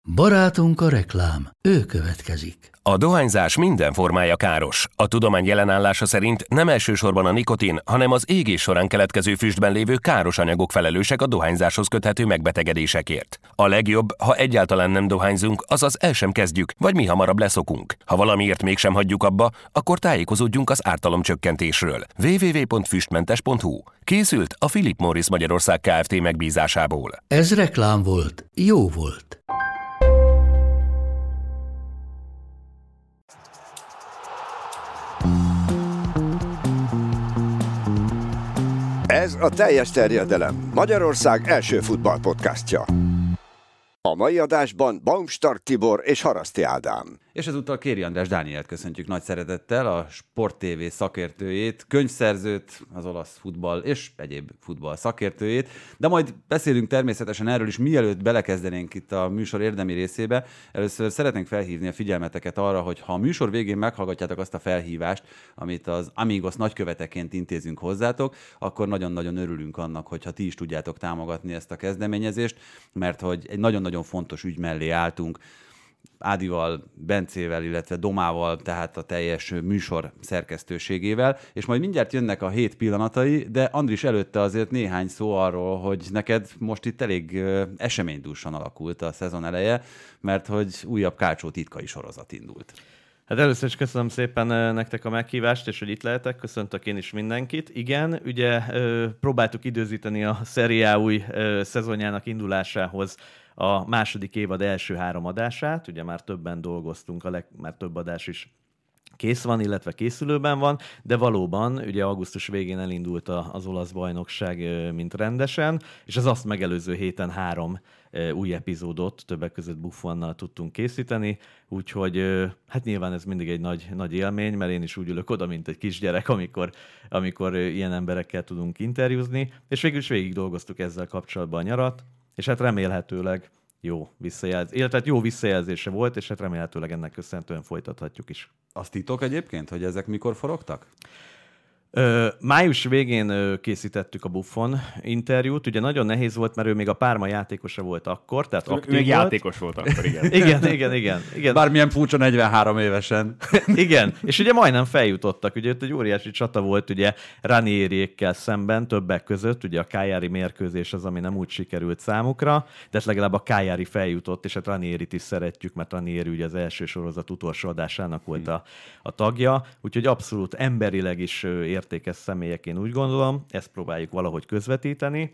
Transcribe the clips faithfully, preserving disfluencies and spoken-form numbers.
Barátunk a reklám, ő következik. A dohányzás minden formája káros. A tudomány jelenállása szerint nem elsősorban a nikotin, hanem az égés során keletkező füstben lévő káros anyagok felelősek a dohányzáshoz köthető megbetegedésekért. A legjobb, ha egyáltalán nem dohányzunk, azaz el sem kezdjük, vagy mi hamarabb leszokunk. Ha valamiért mégsem hagyjuk abba, akkor tájékozódjunk az ártalomcsökkentésről. double-u double-u double-u pont füstmentes pont hu. Készült a Philip Morris Magyarország Kft. Megbízásából. Ez reklám volt, jó volt. Ez a Teljes terjedelem, Magyarország első futballpodcastja. A mai adásban Baumstark Tibor és Haraszti Ádám. És ezúttal Kéri András Dánielt köszöntjük nagy szeretettel, a Sport té vé szakértőjét, könyvszerzőt, az olasz futball és egyéb futball szakértőjét, de majd beszélünk természetesen erről is, mielőtt belekezdenénk itt a műsor érdemi részébe. Először szeretnénk felhívni a figyelmeteket arra, hogy ha a műsor végén meghallgatjátok azt a felhívást, amit az Amigos nagyköveteként intézünk hozzátok, akkor nagyon-nagyon örülünk annak, hogyha ti is tudjátok támogatni ezt a kezdeményezést, mert hogy egy nagyon-nagyon fontos ügy mellé álltunk, Ádival, Bencével, illetve Domával, tehát a teljes műsor szerkesztőségével, és majd mindjárt jönnek a hét pillanatai, de Andris előtte azért néhány szó arról, hogy neked most itt elég eseménydúsan alakult a szezon eleje, mert hogy újabb Kácsó titkai sorozat indult. Hát először is köszönöm szépen nektek a meghívást, és hogy itt lehetek. Köszöntök én is mindenkit. Igen, ugye próbáltuk időzíteni a Serie A új szezonjának indulásához a második évad első három adását. Ugye már többen dolgoztunk, a leg, már több adás is kész van, illetve készülőben van, de valóban ugye augusztus végén elindult az olasz bajnokság, mint rendesen, és az azt megelőző héten három új epizódot többek között Buffonnal tudtunk készíteni, úgyhogy hát nyilván ez mindig egy nagy, nagy élmény, mert én is úgy ülök oda, mint egy kisgyerek, amikor, amikor ilyen emberekkel tudunk interjúzni, és végül is végig dolgoztuk ezzel kapcsolatban a nyarat, és hát remélhetőleg jó visszajelzés, illetve jó visszajelzése volt, és hát remélhetőleg ennek köszönhetően folytathatjuk is. Azt titok egyébként, hogy ezek mikor forogtak? Ö, május végén ö, készítettük a Buffon interjút. Ugye nagyon nehéz volt, mert ő még a Parma játékosa volt akkor, tehát aktív még volt. játékos volt akkor, igen. igen, igen, igen, igen. Bármilyen furcsa negyvenhárom évesen. Igen, és ugye majdnem feljutottak. Ugye ott egy óriási csata volt ugye Ranieriékkel szemben, többek között. Ugye a Cagliari mérkőzés az, ami nem úgy sikerült számukra, de legalább a Cagliari feljutott, és hát Ranierit is szeretjük, mert Ranieri ugye az első sorozat utolsó adásának volt a, a tagja. Úgyhogy abszolút emberileg is értékes személyek, én úgy gondolom, ezt próbáljuk valahogy közvetíteni.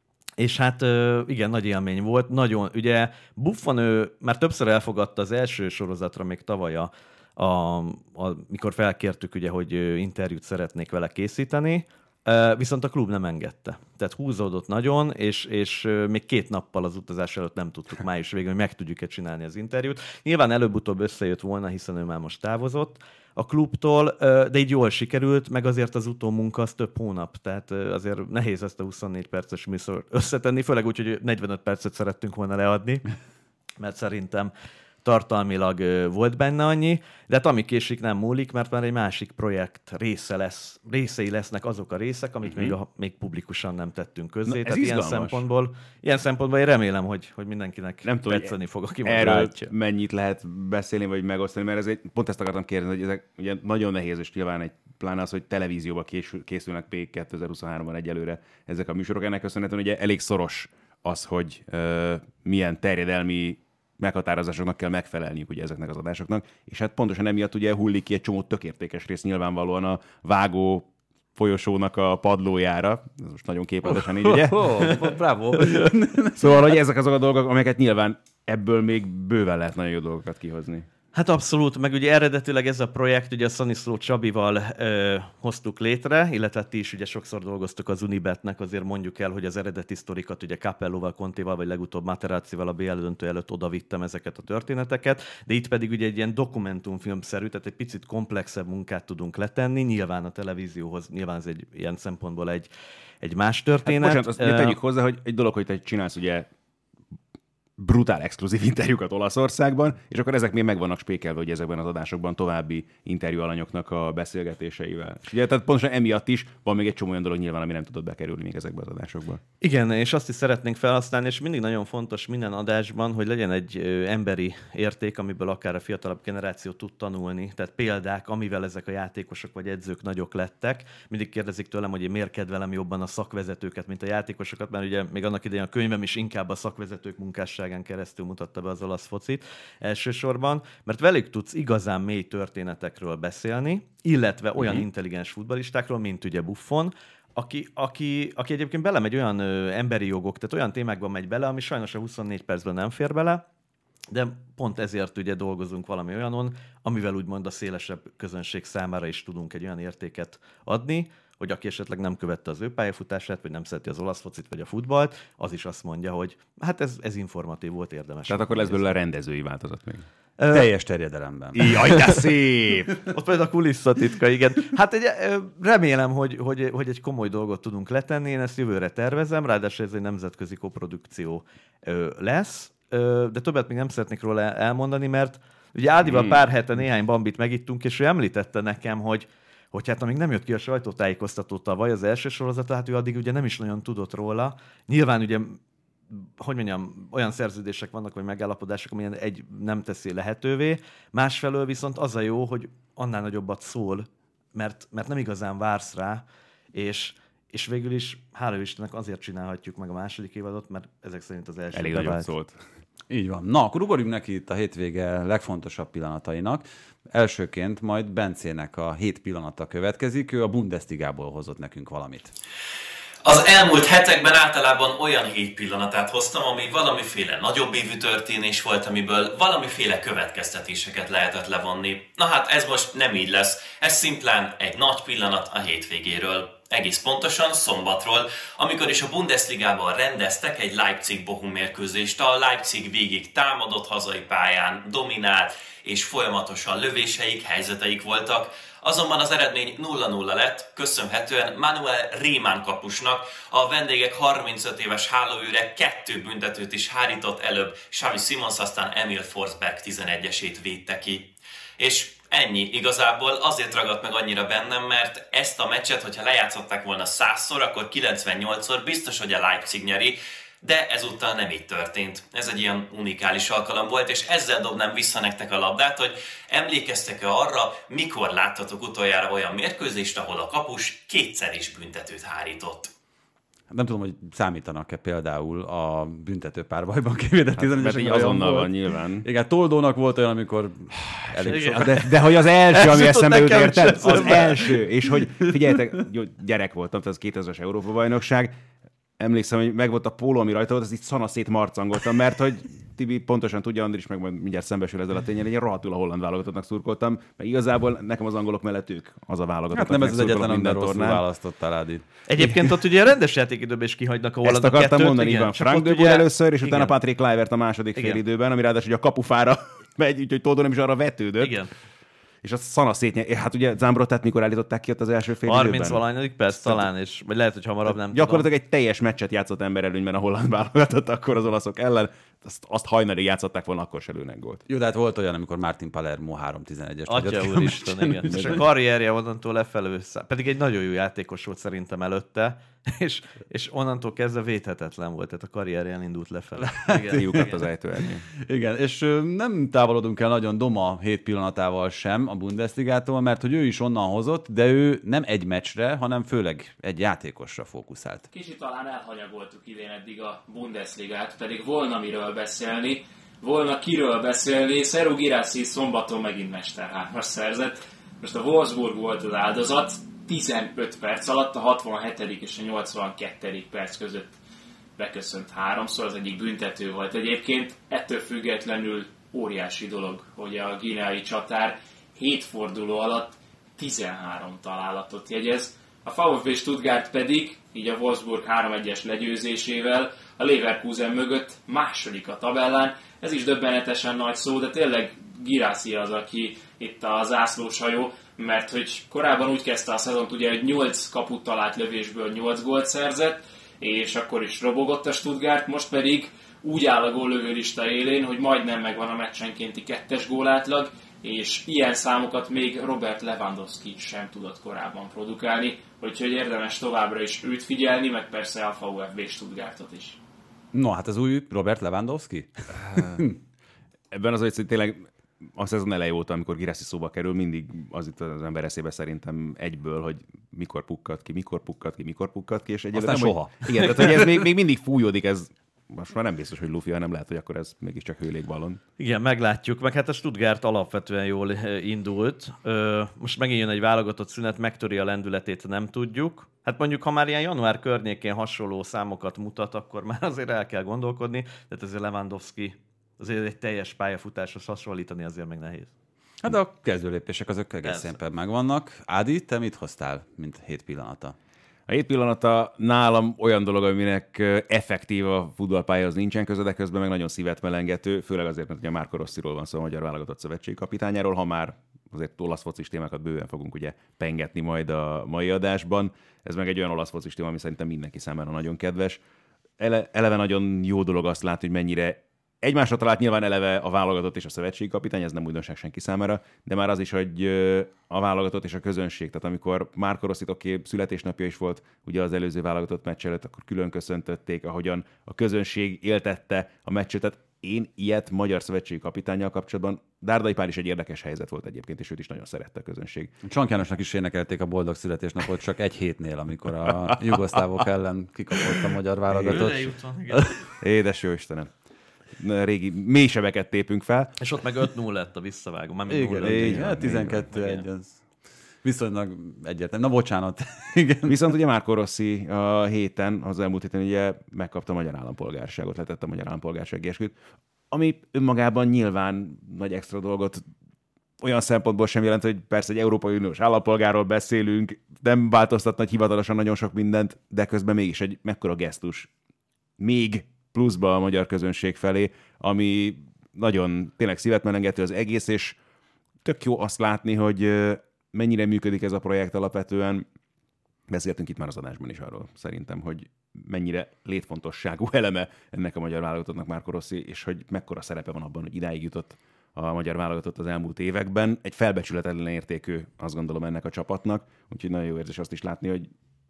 És hát igen, nagy élmény volt. Nagyon, ugye Buffon ő már többször elfogadta az első sorozatra, még tavaly, a, a, a, mikor felkértük, ugye, hogy interjút szeretnék vele készíteni, viszont a klub nem engedte. Tehát húzódott nagyon, és, és még két nappal az utazás előtt nem tudtuk május végén, hogy meg tudjuk-e csinálni az interjút. Nyilván előbb-utóbb összejött volna, hiszen ő már most távozott a klubtól, de így jól sikerült, meg azért az utómunka az több hónap, tehát azért nehéz ezt a huszonnégy perces műsort összetenni, főleg úgy, hogy negyvenöt percet szerettünk volna leadni, mert szerintem tartalmilag volt benne annyi, de hát ami késik nem múlik, mert már egy másik projekt része lesz, részei lesznek azok a részek, amit uh-huh. még, a, még publikusan nem tettünk közzé. Tehát ilyen szempontból, ilyen szempontból én remélem, hogy, hogy mindenkinek nem tetszeni fog, aki majd erről látja. Mennyit lehet beszélni, vagy megosztani, mert ez egy, pont ezt akartam kérdezni, hogy ezek ugye nagyon nehéz, és nyilván egy pláne az, hogy televízióba készül, készülnek még kétezer-huszonháromban egyelőre ezek a műsorok. Ennek köszönhetően ugye elég szoros az, hogy uh, milyen terjedelmi meghatározásoknak kell megfelelniük ugye ezeknek az adásoknak, és hát pontosan emiatt ugye hullik ki egy csomó tök értékes rész nyilvánvalóan a vágó folyosónak a padlójára. Ez most nagyon képletesen így, ugye? Oh, oh, bravo! Szóval, hogy ezek azok a dolgok, amelyeket nyilván ebből még bőven lehet nagyon jó dolgokat kihozni. Hát abszolút, meg ugye eredetileg ez a projekt, ugye a Szaniszló Csabival ö, hoztuk létre, illetve ti is ugye sokszor dolgoztuk az Unibetnek, azért mondjuk el, hogy az eredeti sztorikat ugye Capelloval, Contival, vagy legutóbb Materazzival a bé el döntő előtt odavittem ezeket a történeteket, de itt pedig ugye egy ilyen dokumentumfilmszerű, tehát egy picit komplexebb munkát tudunk letenni, nyilván a televízióhoz, nyilván ez egy ilyen szempontból egy, egy más történet. Hát, bocsánat, azt uh, tegyük hozzá, hogy egy dolog, hogy te csinálsz ugye brutál exkluzív interjúkat Olaszországban, és akkor ezek még meg vannak spékelve, hogy ezekben az adásokban további interjú alanyoknak a beszélgetéseivel. És ugye, tehát pontosan emiatt is van még egy csomó olyan dolog nyilván, ami nem tudott bekerülni még ezekbe az adásokba. Igen, és azt is szeretnénk felhasználni, és mindig nagyon fontos minden adásban, hogy legyen egy ö, emberi érték, amiből akár a fiatalabb generáció tud tanulni, tehát példák, amivel ezek a játékosok vagy edzők nagyok lettek. Mindig kérdezik tőlem, hogy én miért kedvelem jobban a szakvezetőket, mint a játékosokat, mert ugye még annak idején a könyvem is inkább a szakvezetők munkásságán keresztül mutatta be az olasz focit elsősorban, mert velük tudsz igazán mély történetekről beszélni, illetve olyan mm-hmm. intelligens futballistákról, mint ugye Buffon, Aki, aki, aki egyébként belemegy olyan ö, emberi jogok, tehát olyan témákban megy bele, ami sajnos a huszonnégy percben nem fér bele, de pont ezért ugye dolgozunk valami olyanon, amivel úgymond a szélesebb közönség számára is tudunk egy olyan értéket adni, hogy aki esetleg nem követte az ő pályafutását, vagy nem szereti az olasz focit, vagy a futballt, az is azt mondja, hogy hát ez, ez informatív volt, érdemes. Tehát akkor lesz belőle a rendezői változat még. Ö... Teljes terjedelemben. Jaj, de szép! Ott például a kulisszatitka, igen. Hát egy, remélem, hogy, hogy, hogy egy komoly dolgot tudunk letenni, én ezt jövőre tervezem, ráadásul ez egy nemzetközi koprodukció lesz, de többet még nem szeretnék róla elmondani, mert ugye Ádival hmm. pár hete néhány bambit megittunk, és ő említette nekem, hogy hogy hát amíg nem jött ki a sajtótájékoztató tavaly az első sorozata, hát ő addig ugye nem is nagyon tudott róla. Nyilván ugye, hogy mondjam, olyan szerződések vannak, vagy megállapodások, amilyen egy nem teszi lehetővé. Másfelől viszont az a jó, hogy annál nagyobbat szól, mert, mert nem igazán vársz rá, és, és végül is, hála Istennek, azért csinálhatjuk meg a második évadot, mert ezek szerint az első elég nagyon szólt. Így van. Na, akkor ugorjunk neki itt a hétvége legfontosabb pillanatainak. Elsőként majd Bencének a hét pillanata következik. Ő a Bundesligából hozott nekünk valamit. Az elmúlt hetekben általában olyan hét pillanatát hoztam, ami valamiféle nagyobb évű történés volt, amiből valamiféle következtetéseket lehetett levonni. Na hát ez most nem így lesz. Ez szimplán egy nagy pillanat a hétvégéről. Egész pontosan szombatról, amikor is a Bundesligában rendeztek egy Leipzig-Bochum mérkőzést. A Leipzig végig támadott hazai pályán, dominált, és folyamatosan lövéseik, helyzeteik voltak. Azonban az eredmény nulla nulla lett, köszönhetően Manuel Riemann kapusnak. A vendégek harmincöt éves hálóőre kettő büntetőt is hárított, előbb Xavi Simons, aztán Emil Forsberg tizenegyesét védte ki. És ennyi. Igazából azért ragadt meg annyira bennem, mert ezt a meccset, hogyha lejátszották volna százszor, akkor kilencvennyolcszor biztos, hogy a Leipzig nyeri, de ezúttal nem így történt. Ez egy ilyen unikális alkalom volt, és ezzel dobnám vissza nektek a labdát, hogy emlékeztek-e arra, mikor láttatok utoljára olyan mérkőzést, ahol a kapus kétszer is büntetőt hárított. Nem tudom, hogy számítanak-e például a büntető párbajban kivédett tizenegyesek. Hát, azonnal van nyilván. Igen, Toldónak volt olyan, amikor elég sokat. De, de hogy az első, ami eszembe jut, érted? Az első. És hogy figyeljetek, jó, gyerek voltam, tehát az kétezres Európa-bajnokság. Emlékszem, hogy meg volt a póló, ami rajta volt, az itt szanaszét marcangoltam, mert hogy Tibi pontosan tudja, Andris meg majd mindjárt szembesül ezzel a tényel, én rohadtul a holland válogatottnak szurkoltam, mert igazából nekem az angolok mellett ők az a válogatott. Hát nem ez az egyetlen, amiben rosszul választottál, Ádi. Egyébként ott ugye a rendes játékidőben is kihagynak a hollandok kettőt. Ezt akartam mondani, igen, Frank de Boer először, és igen. Utána Patrick Kluivert a második igen. félidőben, ami ráadásul a kapufára megy, úgyhogy Toldo nem is arra vetődött. Igen. És az szanaszét, hát ugye Zambrotát mikor állították ki ott az első fél időben? harminc-valanyadik perc talán, és, vagy lehet, hogy hamarabb nem gyakorlatilag tudom. egy teljes meccset játszott ember előnyben a holland válogatott akkor az olaszok ellen. Azt, azt hajnalig játszották volna, akkor se lőnek gólt. Jó, de hát volt olyan, amikor Martin Palermo három tizenegyes. Atya úristen, igen. És a karrierje onnantól lefelé, pedig egy nagyon jó játékos volt szerintem előtte, és, és onnantól kezdve védhetetlen volt, tehát a karrierje elindult lefelé. Igen, az ejtőernyő. Igen, és nem távolodunk el nagyon Doma hét pillanatával sem a Bundesligától, mert hogy ő is onnan hozott, de ő nem egy meccsre, hanem főleg egy játékosra fókuszált. Kicsit talán elhanyagoltuk idén eddig a Bundesligát, pedig volna miről beszélni, volna kiről beszélni. Serhou Guirassy szombaton megint mesterhármas szerzett. Most a Wolfsburg volt az áldozat, tizenöt perc alatt, a hatvanhetedik és a nyolcvankettedik perc között beköszönt háromszor, az egyik büntető volt egyébként. Ettől függetlenül óriási dolog, hogy a guineai csatár hét forduló alatt tizenhárom találatot jegyez. A VfB Stuttgart pedig, így a Wolfsburg három egyes legyőzésével a Leverkusen mögött második a tabellán. Ez is döbbenetesen nagy szó, de tényleg Guirassy az, aki itt a zászlóshajó, mert hogy korábban úgy kezdte a szezont, ugye, hogy nyolc kaput talált lövésből nyolc gólt szerzett, és akkor is robogott a Stuttgart, most pedig úgy áll a góllövőlista élén, hogy majdnem megvan a meccsenkénti kettes gólátlag, és ilyen számokat még Robert Lewandowski sem tudott korábban produkálni, úgyhogy érdemes továbbra is őt figyelni, meg persze a VfB Stuttgartot is. No, hát az új Robert Lewandowski? Ebben az, hogy tényleg a szezon eleje óta, amikor Guirassy szóba kerül, mindig az itt az ember eszébe szerintem egyből, hogy mikor pukkad ki, mikor pukkad ki, mikor pukkad ki, és egyébként aztán soha. Hogy, igen, tehát hogy ez még, még mindig fújódik, ez most már nem biztos, hogy lufi, hanem lehet, hogy akkor ez mégiscsak hőlégballon. Igen, meglátjuk. Meg hát a Stuttgart alapvetően jól indult. Most megint jön egy válogatott szünet, megtöri a lendületét, nem tudjuk. Hát mondjuk, ha már ilyen január környékén hasonló számokat mutat, akkor már azért el kell gondolkodni. Tehát ezért Lewandowski azért egy teljes pályafutáshoz hasonlítani azért még nehéz. Hát a kezdőlépések azok egész szépen megvannak. Ádi, te mit hoztál, mint hét pillanata? A hét pillanata nálam olyan dolog, aminek effektív a futballpályához nincsen köze, de közben meg nagyon szívet melengető, főleg azért, mert ugye Marco Rossiról van szó, a magyar válogatott szövetségi kapitányáról, ha már azért olasz focis témákat bőven fogunk ugye pengetni majd a mai adásban. Ez meg egy olyan olasz focis téma, ami szerintem mindenki számára nagyon kedves. Ele, eleve nagyon jó dolog azt látni, hogy mennyire egymásra talált nyilván eleve a válogatott és a szövetségi kapitány, ez nem újdonság senki számára, de már az is, hogy a válogatott és a közönség, tehát amikor Marco Rossit, oké, születésnapja is volt ugye az előző válogatott meccs előtt, akkor külön köszöntötték, ahogyan a közönség éltette a meccset. Tehát én ilyet magyar szövetségi kapitánnyal kapcsolatban, Dárdai Pál is egy érdekes helyzet volt egyébként, és őt is nagyon szerette a közönség. Csank Jánosnak is énekelték a boldog születésnapot csak egy hétnél, amikor a jugoszlávok ellen kikapott a magyar válogatott. Édes jó Istenem! Régi mélysebeket tépünk fel. És ott meg öt null lett a visszavágó. Már igen, igen, hát tizenkettő egy, az viszonylag egyértelmű. Na bocsánat. Igen. Viszont ugye Marco Rossi a héten, az elmúlt héten ugye megkapta a magyar állampolgárságot, letette a magyar állampolgársági esküt, ami önmagában nyilván nagy extra dolgot olyan szempontból sem jelent, hogy persze egy Európai Uniós állampolgárról beszélünk, nem változtat nagy hivatalosan nagyon sok mindent, de közben mégis egy mekkora gesztus. Még pluszba a magyar közönség felé, ami nagyon tényleg szívet melengető az egész, és tök jó azt látni, hogy mennyire működik ez a projekt alapvetően. Beszéltünk itt már az adásban is arról szerintem, hogy mennyire létfontosságú eleme ennek a magyar válogatottnak Marco Rossi, és hogy mekkora szerepe van abban, hogy idáig jutott a magyar válogatott az elmúlt években. Egy felbecsületetlen értékű, azt gondolom, ennek a csapatnak, úgyhogy nagyon jó érzés azt is látni, hogy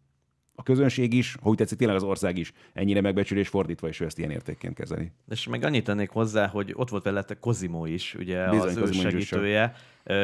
a közönség is, ha úgy tetszik, tényleg az ország is ennyire megbecsülés fordítva, és ő ezt ilyen értékként kezeli. És meg annyit tennék hozzá, hogy ott volt veletek Kozimo is, ugye Bizony, az ő Kozimo segítője.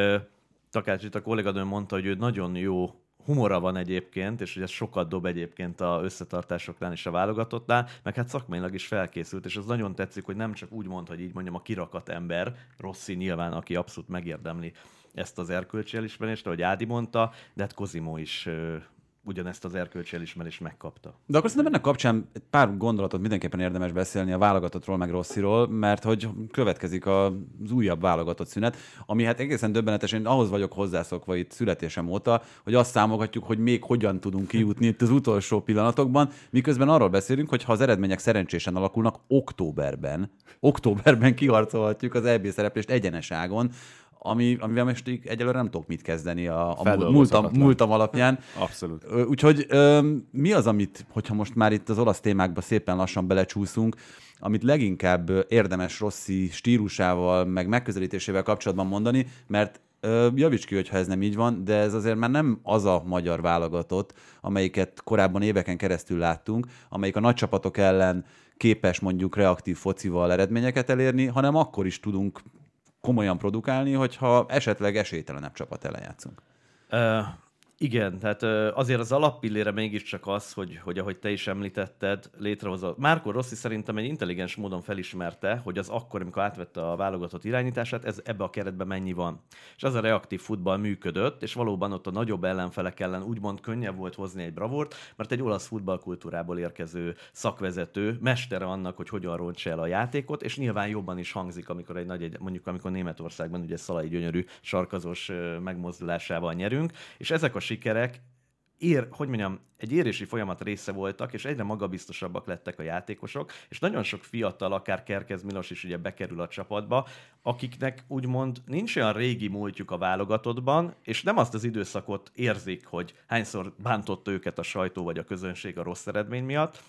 Takács itt a kolléganőm mondta, hogy ő nagyon jó humora van egyébként, és hogy ez sokat dob egyébként az összetartásoknál és a válogatottnál, meg hát szakmailag is felkészült, és az nagyon tetszik, hogy nem csak úgy mond, hogy így mondjam a kirakat ember, Rossi nyilván, aki abszolút megérdemli ezt az erkölcsi elismerést, ahogy Ádi mondta, de hát Kozimo is ugyanezt az erkölcsi elismerést megkapta. De akkor szerintem ennek kapcsán pár gondolatot mindenképpen érdemes beszélni a válogatottról meg Rossiról, mert hogy következik az újabb válogatott szünet, ami hát egészen döbbenetes, én ahhoz vagyok hozzászokva itt születésem óta, hogy azt számogatjuk, hogy még hogyan tudunk kijutni itt az utolsó pillanatokban, miközben arról beszélünk, hogy ha az eredmények szerencsésen alakulnak, októberben, októberben kiharcolhatjuk az é bé szereplést egyenes ágon, Ami, amivel most így egyelőre nem tudok mit kezdeni a, a múltam, múltam alapján. Abszolút. Úgyhogy ö, mi az, amit, hogyha most már itt az olasz témákba szépen lassan belecsúszunk, amit leginkább érdemes Rossi stílusával, meg megközelítésével kapcsolatban mondani, mert ö, javíts ki, hogyha ez nem így van, de ez azért már nem az a magyar válogatott, amelyiket korábban éveken keresztül láttunk, amelyik a nagy csapatok ellen képes mondjuk reaktív focival eredményeket elérni, hanem akkor is tudunk komolyan produkálni, hogyha esetleg esélytelenebb csapat ellen játszunk. Uh, igen, tehát uh, azért az alappillére mégiscsak az, hogy, hogy ahogy te is említetted, létrehozott. Marco Rossi szerintem egy intelligens módon felismerte, hogy az akkor, amikor átvette a válogatott irányítását, ez ebbe a keretben mennyi van. És az a reaktív futball működött, és valóban ott a nagyobb ellenfelek ellen úgymond könnyebb volt hozni egy bravúrt, mert egy olasz futballkultúrából érkező szakvezető mestere annak, hogy hogyan rontsa el a játékot, és nyilván jobban is hangzik, amikor egy nagy, mondjuk amikor Németországban ugye Szalai gyönyörű sarkazós megmozdulásával nyerünk, és ezek a sikerek ér, hogy mondjam, egy érési folyamat része voltak, és egyre magabiztosabbak lettek a játékosok, és nagyon sok fiatal, akár Kerkez Milos is ugye bekerül a csapatba, akiknek úgymond nincs olyan régi múltjuk a válogatottban, és nem azt az időszakot érzik, hogy hányszor bántott őket a sajtó vagy a közönség a rossz eredmény miatt,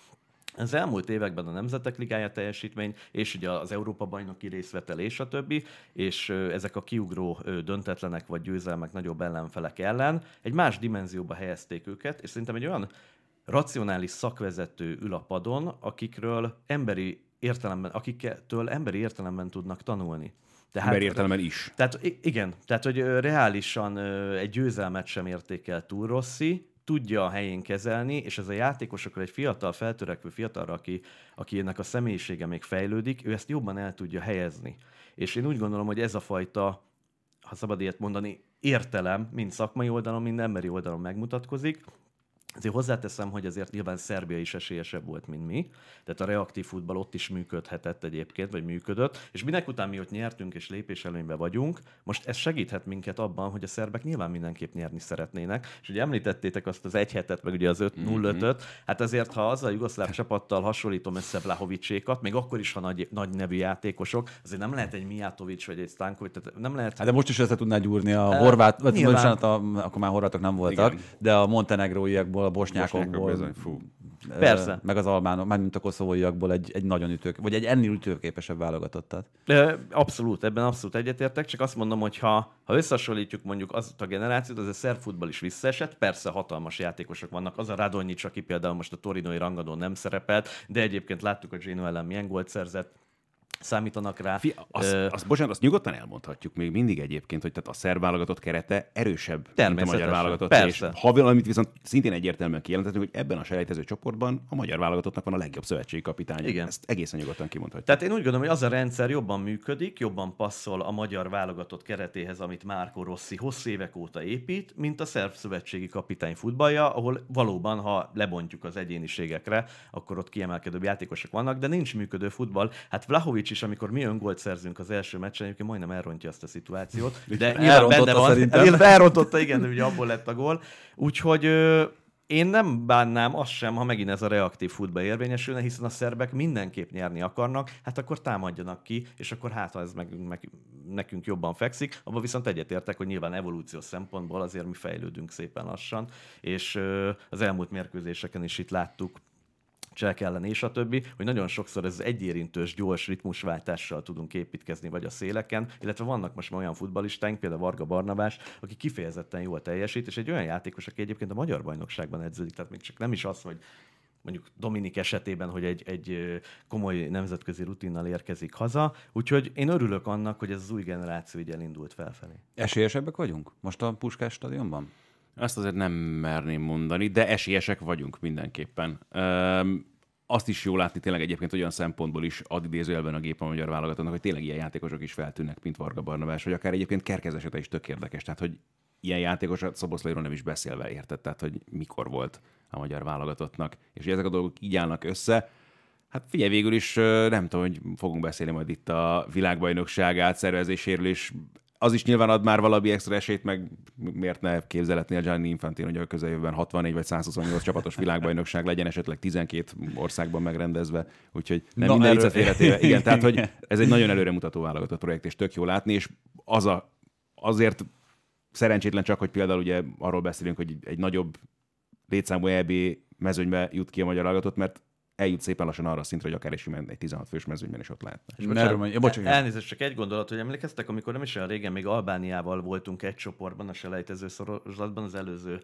Az elmúlt években a Nemzetek Ligája teljesítmény, és ugye az Európa-bajnoki részvetelés, a többi, és ezek a kiugró döntetlenek vagy győzelmek nagyobb ellenfelek ellen egy más dimenzióba helyezték őket, és szerintem egy olyan racionális szakvezető ül a padon, akikről emberi értelemben, akiktől emberi értelemben tudnak tanulni. Tehát, emberi értelemben is. Tehát igen, tehát hogy reálisan egy győzelmet sem értékel túl Rossi, tudja a helyén kezelni, és ez a játékosokra egy fiatal, feltörekvő fiatalra, aki, aki ennek a személyisége még fejlődik, ő ezt jobban el tudja helyezni. És én úgy gondolom, hogy ez a fajta, ha szabad ilyet mondani, értelem, mind szakmai oldalon, mind emberi oldalon megmutatkozik. Azért hozzáteszem, hogy azért nyilván Szerbia is esélyesebb volt, mint mi. Tehát a reaktív futball ott is működhetett egyébként, vagy működött. És minek után mi ott nyertünk és lépéselőnyben vagyunk, most ez segíthet minket abban, hogy a szerbek nyilván mindenképp nyerni szeretnének. És ugye említettétek azt az egy hetet, meg ugye az öt null ötöt. Hát azért, ha az a jugoszláv csapattal hasonlítom össze Vlahovicsékat, még akkor is, ha nagy, nagy nevű játékosok, azért nem lehet egy Mijatovic vagy egy Stankovic, tehát nem lehet... Hát de most is össze tudná gyúrni a horvát, vagy bocsánat, a, akkor már horvátok nem voltak, igen. De a montenegróiakból, a bosnyákokból, bizony, fú. Persze. Meg az albánok, mármint a koszovóiakból egy, egy nagyon ütők, vagy egy ennél ütőképesebb válogatottat. Abszolút, ebben abszolút egyetértek, csak azt mondom, hogy ha, ha összehasonlítjuk mondjuk azt a generációt, az a szerb futball is visszaesett, persze hatalmas játékosok vannak, az a Radonjic, aki például most a torinói rangadón nem szerepelt, de egyébként láttuk, a Genoa ellen milyen gólt szerzett, számítanak rá. Fia, azt, Ö... azt, bocsánat, azt nyugodtan elmondhatjuk még mindig egyébként, hogy tehát a szerb válogatott kerete erősebb, mint a magyar válogatott. És ha valamit viszont szintén egyértelműen kijelentettünk, hogy ebben a selejtező csoportban a magyar válogatottnak van a legjobb szövetségi kapitány. Igen. Ezt egészen nyugodtan kimondhatjuk. Tehát én úgy gondolom, hogy az a rendszer jobban működik, jobban passzol a magyar válogatott keretéhez, amit Marco Rossi hosszú évek óta épít, mint a szerb szövetségi kapitány futballja, ahol valóban, ha lebontjuk az egyéniségekre, akkor ott kiemelkedőbb játékosok vannak, de nincs működő futball. Hát Vlahovic is, amikor mi öngolt szerzünk az első meccsen, egyébként majdnem elrontja azt a szituációt. De nyilván benne van. Elrontotta, igen, de ugye abból lett a gól. Úgyhogy ö, én nem bánnám azt sem, ha megint ez a reaktív futball érvényesülne, hiszen a szerbek mindenképp nyerni akarnak, hát akkor támadjanak ki, és akkor hát, ha ez meg, meg nekünk jobban fekszik, abban viszont egyetértek, hogy nyilván evolúciós szempontból azért mi fejlődünk szépen lassan, és ö, az elmúlt mérkőzéseken is itt láttuk, Cseh ellen és a többi, hogy nagyon sokszor ez egyérintős, gyors ritmusváltással tudunk építkezni, vagy a széleken, illetve vannak most már olyan futballistáink, például Varga Barnabás, aki kifejezetten jól teljesít, és egy olyan játékos, aki egyébként a magyar bajnokságban edződik, tehát még csak nem is az, hogy mondjuk Dominik esetében, hogy egy, egy komoly nemzetközi rutinnal érkezik haza, úgyhogy én örülök annak, hogy ez az új generáció így elindult felfelé. Esélyesebbek vagyunk most a Puskás stadionban? Azt azért nem merném mondani, de esélyesek vagyunk mindenképpen. Üm, azt is jó látni tényleg egyébként olyan szempontból is ad idézőjelben a gép a magyar válogatottnak, hogy tényleg ilyen játékosok is feltűnnek, mint Varga Barnabás, vagy akár egyébként Kerkez esete is tök érdekes. Tehát, hogy ilyen játékos, Szoboszlairól nem is beszélve érted, tehát, hogy mikor volt a magyar válogatottnak. És hogy ezek a dolgok így állnak össze. Hát figyelj, végül is nem tudom, hogy fogunk beszélni majd itt a világbajnokság átszervezéséről, és az is nyilván ad már valami extra esélyt, meg miért ne képzeletné a Gianni Infantino, hogy a közeljövőben hatvannégy vagy százhuszonnyolc csapatos világbajnokság legyen, esetleg tizenkét országban megrendezve, úgyhogy nem Na, minden erről... viccet félretéve. Igen, tehát hogy ez egy nagyon előremutató válogatott projekt, és tök jó látni, és az a, azért szerencsétlen csak, hogy például ugye arról beszélünk, hogy egy nagyobb létszámú é bé mezőnybe jut ki a magyar válogatott, mert eljut szépen lassan arra a szintre, hogy akár is egy tizenhat fős mezőnyben is ott lehetne. Elnézést, csak egy gondolat, hogy emlékeztek, amikor nem is olyan régen még Albániával voltunk egy csoportban, a selejtező sorozatban, az előző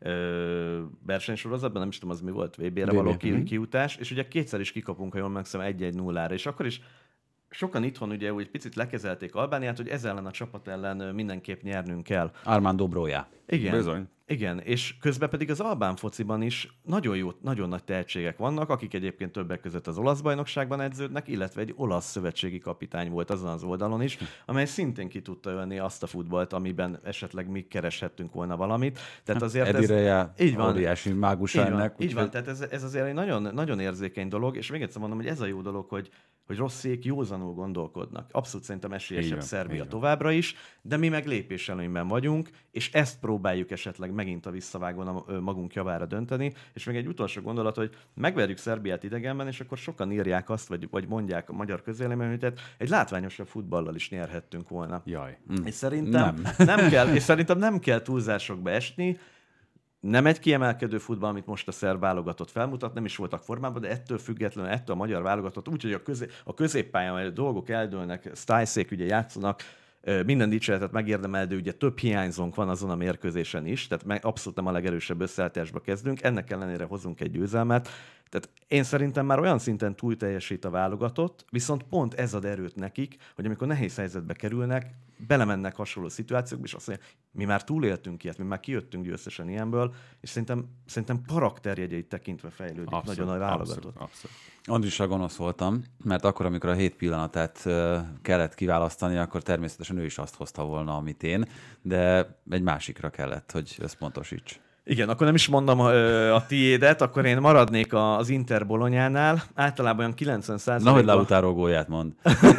ö, versenysorozatban, nem is tudom, az mi volt, vé bé-re való ki, kiutás, és ugye kétszer is kikapunk, ha jól megszem, egy-egy nullára, és akkor is sokan itthon ugye úgy picit lekezelték Albániát, hogy ez ellen a csapat ellen mindenképp nyernünk kell. Armando Broja. Igen. Bizony. Igen, és közben pedig az albán fociban is nagyon jó, nagyon nagy tehetségek vannak, akik egyébként többek között az olasz bajnokságban edződnek, illetve egy olasz szövetségi kapitány volt azon az oldalon is, amely szintén ki tudta ölni azt a futballt, amiben esetleg mi kereshettünk volna valamit. Tehát azért Edi Reja, így van, óriási mágus ennek. Így van, tehát ez, ez azért egy nagyon, nagyon érzékeny dolog, és még egyszer mondom, hogy ez a jó dolog, hogy hogy Rosszék józanul gondolkodnak. Abszolút szerintem esélyesebb Szerbia továbbra is, de mi meg lépéselőnyben vagyunk, és ezt próbáljuk esetleg megint a visszavágón a magunk javára dönteni. És még egy utolsó gondolat, hogy megverjük Szerbiát idegenben, és akkor sokan írják azt, vagy, vagy mondják a magyar közélemény, hogy egy látványosabb futballal is nyerhettünk volna. Jaj. Mm. És szerintem nem. nem kell, és szerintem nem kell túlzásokba esni. nem egy kiemelkedő futball, amit most a szerb válogatott felmutat, nem is voltak formában, de ettől függetlenül, ettől a magyar válogatott, úgyhogy a, közé, a középpályán, a dolgok eldőlnek, Stájszék ugye játszanak, minden dicséretet megérdemel, de ugye több hiányzónk van azon a mérkőzésen is, tehát abszolút nem a legerősebb összeállításba kezdünk, ennek ellenére hozunk egy győzelmet. Tehát én szerintem már olyan szinten túl teljesít a válogatott, viszont pont ez ad erőt nekik, hogy amikor nehéz helyzetbe kerülnek, belemennek hasonló szituációkba, és azt mondják, mi már túléltünk ilyet, mi már kijöttünk győztesen ilyenből, és szerintem, szerintem karakterjegyeit tekintve fejlődik abszolút, nagyon a válogatott. Abszolút, abszolút. Andrissal gonosz voltam, mert akkor, amikor a hét pillanatát uh, kellett kiválasztani, akkor természetesen ő is azt hozta volna, amit én, de egy másikra kellett, hogy összpontosíts. Igen, akkor nem is mondom a, a tiédet, akkor én maradnék az Inter Bolonyánál. Általában olyan kilencven százalékban... Nahogy Lautaro gólját mond.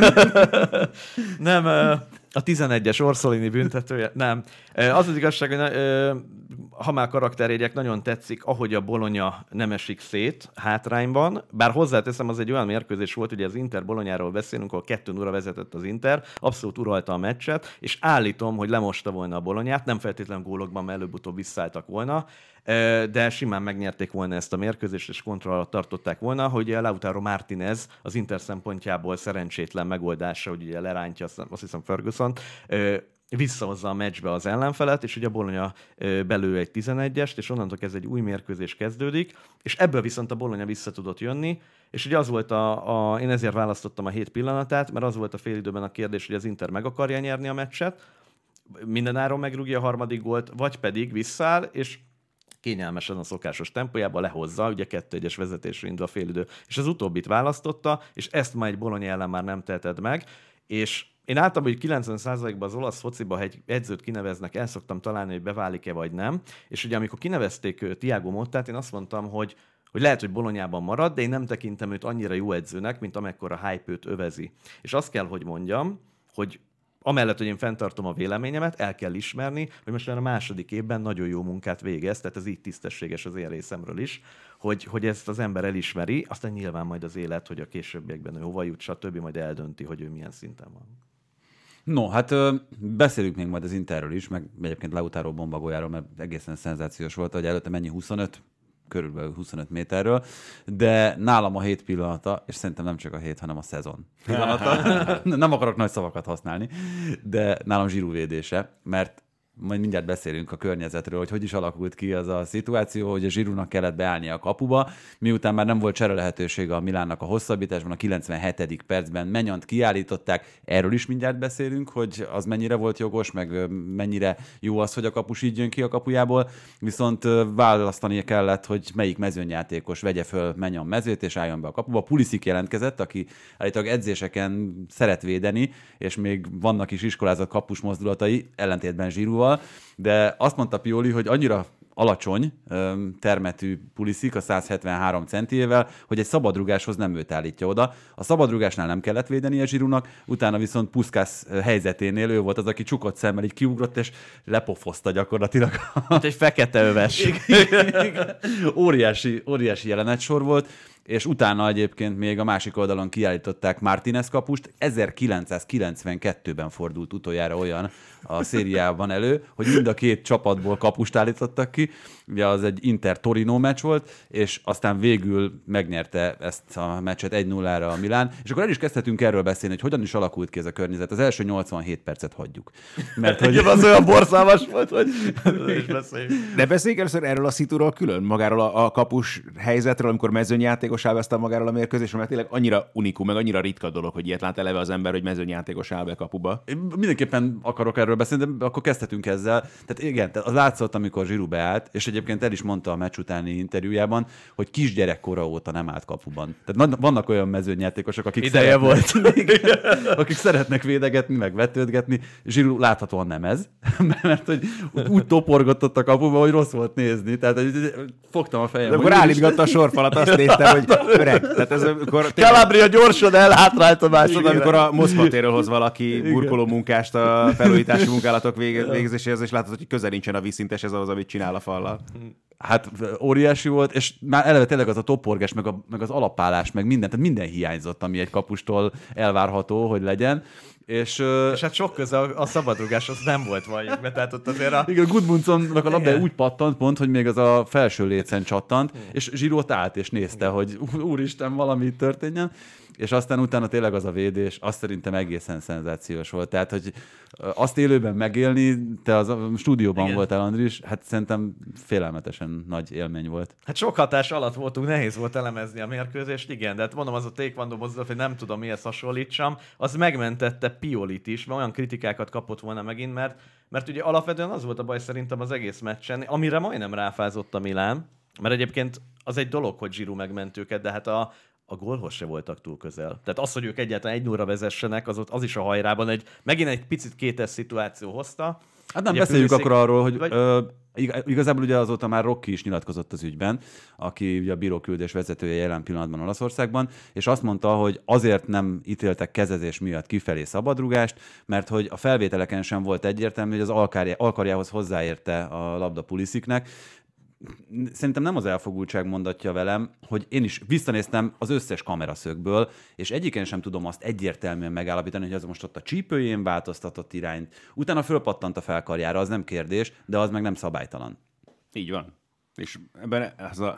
Nem, a tizenegyes Orsolini büntetője. Nem. Az az igazság, hogy ha már karakterjegyek, nagyon tetszik, ahogy a Bologna nem esik szét hátrányban. Bár hozzáteszem, az egy olyan mérkőzés volt, ugye az Inter Bolonyáról beszélünk, ahol kettő nulla vezetett az Inter, abszolút uralta a meccset, és állítom, hogy lemosta volna a Bolonyát, nem feltétlenül gólokban, mert előbb-utóbb visszaálltak volna, de simán megnyerték volna ezt a mérkőzést, és kontroll alatt tartották volna, hogy Lautaro Martinez az Inter szempontjából szerencsétlen megoldása, hogy ugye lerántja, azt hiszem Ferguson, visszahozza a meccsbe az ellenfelet, és ugye a Bologna belő egy tizenegyest, és onnantól kezdve egy új mérkőzés kezdődik, és ebből viszont a Bologna vissza tudott jönni, és ugye az volt a, a én ezért választottam a hét pillanatát, mert az volt a félidőben a kérdés, hogy az Inter meg akarja nyerni a meccset, mindenáron megrúgja a harmadik gólt, vagy pedig visszáll, és kényelmesen a szokásos tempójában lehozza, ugye kettő egyes vezetésre indul a félidő, és az utóbbit választotta, és ezt már egy Bologna ellen már nem teheted meg, és én általában, hogy kilencven százalékban az olasz fociba, ha egy edzőt kineveznek, el szoktam találni, hogy beválik-e vagy nem, és ugye amikor kinevezték Thiago Mottát, én azt mondtam, hogy hogy lehet, hogy Bolonyában marad, de én nem tekintem őt annyira jó edzőnek, mint amekkora hype őt övezi. És azt kell, hogy mondjam, hogy amellett, hogy én fenntartom a véleményemet, el kell ismerni, hogy most már a második évben nagyon jó munkát végez, tehát ez így tisztességes az én részemről is, hogy, hogy ezt az ember elismeri, aztán nyilván majd az élet, hogy a későbbiekben ő hova jut, stb. Majd eldönti, hogy ő milyen szinten van. No, hát ö, beszélünk még majd az Interről is, meg egyébként Lautaro bombagójáról, mert egészen szenzációs volt, hogy előtte mennyi huszonöt, körülbelül huszonöt méterről, de nálam a hét pillanata, és szerintem nem csak a hét, hanem a szezon pillanata. Nem akarok nagy szavakat használni, de nálam Giroud védése, mert majd mindjárt beszélünk a környezetről, hogy hogy is alakult ki az a szituáció, hogy a Giroudnak kellett beállni a kapuba, miután már nem volt csere lehetősége a Milánnak a hosszabbításban, a kilencvenhetedik percben Menyant kiállították, erről is mindjárt beszélünk, hogy az mennyire volt jogos, meg mennyire jó az, hogy a kapus így jön ki a kapujából, viszont választani kellett, hogy melyik mezőnyjátékos vegye föl Menyan mezőt és álljon be a kapuba. Pulisic jelentkezett, aki állítólag edzéseken szeret védeni, és még vannak is iskolázott kapus mozdulatai, ellentétben Giroud, de azt mondta Pioli, hogy annyira alacsony termetű Pulisic a száz hetvenhárom centiével, hogy egy szabadrugáshoz nem őt állítja oda. A szabadrugásnál nem kellett védenie Giroudnak, utána viszont Puskás helyzeténél ő volt az, aki csukott szemmel így kiugrott, és lepofozta gyakorlatilag. Mint egy fekete öves. óriási, óriási jelenetsor volt, és utána egyébként még a másik oldalon kiállították Martinez kapust. ezerkilencszázkilencvenkettőben fordult utoljára olyan a szériában elő, hogy mind a két csapatból kapust állítottak ki. Ugye az egy Inter-Torino meccs volt, és aztán végül megnyerte ezt a meccset egy nullára a Milán. És akkor el is kezdhetünk erről beszélni, hogy hogyan is alakult ki ez a környezet. Az első nyolcvanhét percet hagyjuk. Mert hogy az olyan borszalmas volt, hogy is beszéljünk. De beszéljünk először erről a szitúról külön, magáról a, a kapus helyzetről, amikor mezőnyjátékos áll be magáról a mérkőzésről, mert tényleg annyira unikum, meg annyira ritka dolog, hogy ilyet lát eleve az ember, hogy mezőnyjátékos áll be kapuba. Én mindenképpen akarok erről beszélni, de akkor kezdhetünk ezzel. Tehát igen, az látszott, amikor Giroud beállt, és egyébként el is mondta a meccs utáni interjújában, hogy kisgyerekkora óta nem állt kapuban. Tehát vannak olyan mezőnyjátékosok, akik ideje volt, akik szeretnek védegetni, meg vetődgetni. Giroud láthatóan nem ez, mert hogy úgy toporgott ott a kapuba, hogy rossz volt nézni. Tehát fogtam a fejem. De akkor állítgatta a sorfalat, azt néztem, hogy öreg. Tehát ez amikor Calabria gyorsan elhátrált a második. Amikor a Moszkva térről hoz valaki burkoló munkást a felújítási munkálatok végzéséhez, és látod, hogy közel nincsen a vízszintes ez az, amit csinál a fallal. Hát óriási volt, és már eleve tényleg az a toporgás, meg, a, meg az alapállás, meg minden, tehát minden hiányzott, ami egy kapustól elvárható, hogy legyen. És, és hát sok köze a, a szabadrugás, az nem volt valljuk be, tehát ott azért a... Igen, Gudmundsonnak a labda úgy pattant pont, hogy még az a felső lécen csattant, és Giroud állt és nézte, igen, hogy úristen, valami történjen, és aztán utána tényleg az a védés, azt szerintem egészen szenzációs volt. Tehát, hogy azt élőben megélni, te az a stúdióban igen voltál, Andris, hát szerintem félelmetesen nagy élmény volt. Hát sok hatás alatt voltunk, nehéz volt elemezni a mérkőzést, igen, de hát mondom, az a taekwondo mozdulat, hogy nem tudom mihez hasonlítsam, az megmentette Piolit is, mert olyan kritikákat kapott volna megint, mert, mert ugye alapvetően az volt a baj szerintem az egész meccsen, amire majdnem ráfázott a Milán, mert egyébként az egy dolog, hogy Giroud megment őket, de hát a a gólhoz se voltak túl közel. Tehát az, hogy ők egyáltalán egy nullra vezessenek, az, az is a hajrában egy, megint egy picit kétes szituáció hozta. Hát nem ugye beszéljük pülszék... akkor arról, hogy vagy... ö, igazából ugye azóta már Rocky is nyilatkozott az ügyben, aki ugye a bíróküldés vezetője jelen pillanatban Olaszországban, és azt mondta, hogy azért nem ítéltek kezezés miatt kifelé szabadrugást, mert hogy a felvételeken sem volt egyértelmű, hogy az alkarjá, alkarjához hozzáérte a labda Pulisicnek. Szerintem nem az elfogultság mondatja velem, hogy én is visszanéztem az összes kameraszögből, és egyiken sem tudom azt egyértelműen megállapítani, hogy az most ott a csípőjén változtatott irányt. Utána fölpattant a felkarjára, az nem kérdés, de az meg nem szabálytalan. Így van. És ebben az a,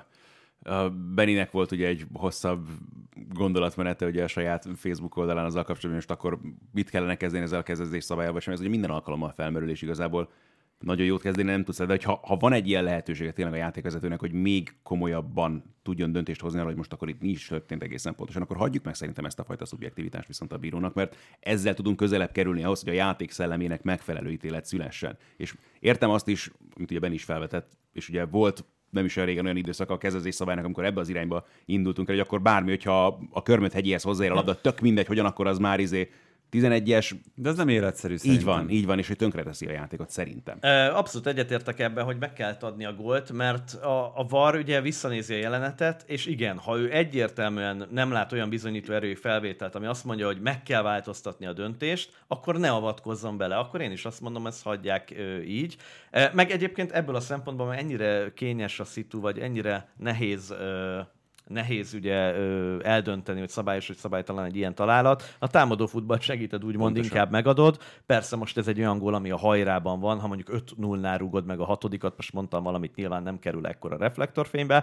a Beninek volt ugye egy hosszabb gondolatmenete ugye a saját Facebook oldalán azzal kapcsolatban, most akkor mit kellene kezdeni ezzel a kezezés szabályával sem, ez ugye minden alkalommal felmerül, és igazából nagyon jót kezdeni nem tudsz, de hogy ha, ha van egy ilyen lehetősége tényleg a játékvezetőnek, hogy még komolyabban tudjon döntést hozni arra, hogy most akkor itt mi is történt egészen pontosan, akkor hagyjuk meg szerintem ezt a fajta szubjektivitást viszont a bírónak, mert ezzel tudunk közelebb kerülni ahhoz, hogy a játék szellemének megfelelő ítélet szülessen. És értem azt is, amit ugye Ben is felvetett, és ugye volt nem is olyan régen olyan időszak a kezezés szabálynak, amikor ebbe az irányba indultunk el, hogy akkor bármi, hogyha a Körmöt hegyéhez hozzáér a labda, tök mindegy, hogyan akkor az már izé tizenegyes. De ez nem életszerű szerintem. Így van, így van, és hogy tönkreteszi a játékot szerintem. Abszolút egyetértek ebben, hogy meg kell adni a gólt, mert a, a vé á er ugye visszanézi a jelenetet, és igen, ha ő egyértelműen nem lát olyan bizonyító erői felvételt, ami azt mondja, hogy meg kell változtatni a döntést, akkor ne avatkozzon bele. Akkor én is azt mondom, ezt hagyják ö, így. E, meg egyébként ebből a szempontból, mert ennyire kényes a szitu, vagy ennyire nehéz ö, nehéz ugye ö, eldönteni, hogy szabályos, hogy szabálytalan egy ilyen találat. A támadó futball segíted, úgymond pontosan inkább megadod. Persze most ez egy olyan gól, ami a hajrában van, ha mondjuk öt nullnál rúgod meg a hatodikat, most mondtam valamit, nyilván nem kerül ekkora reflektorfénybe.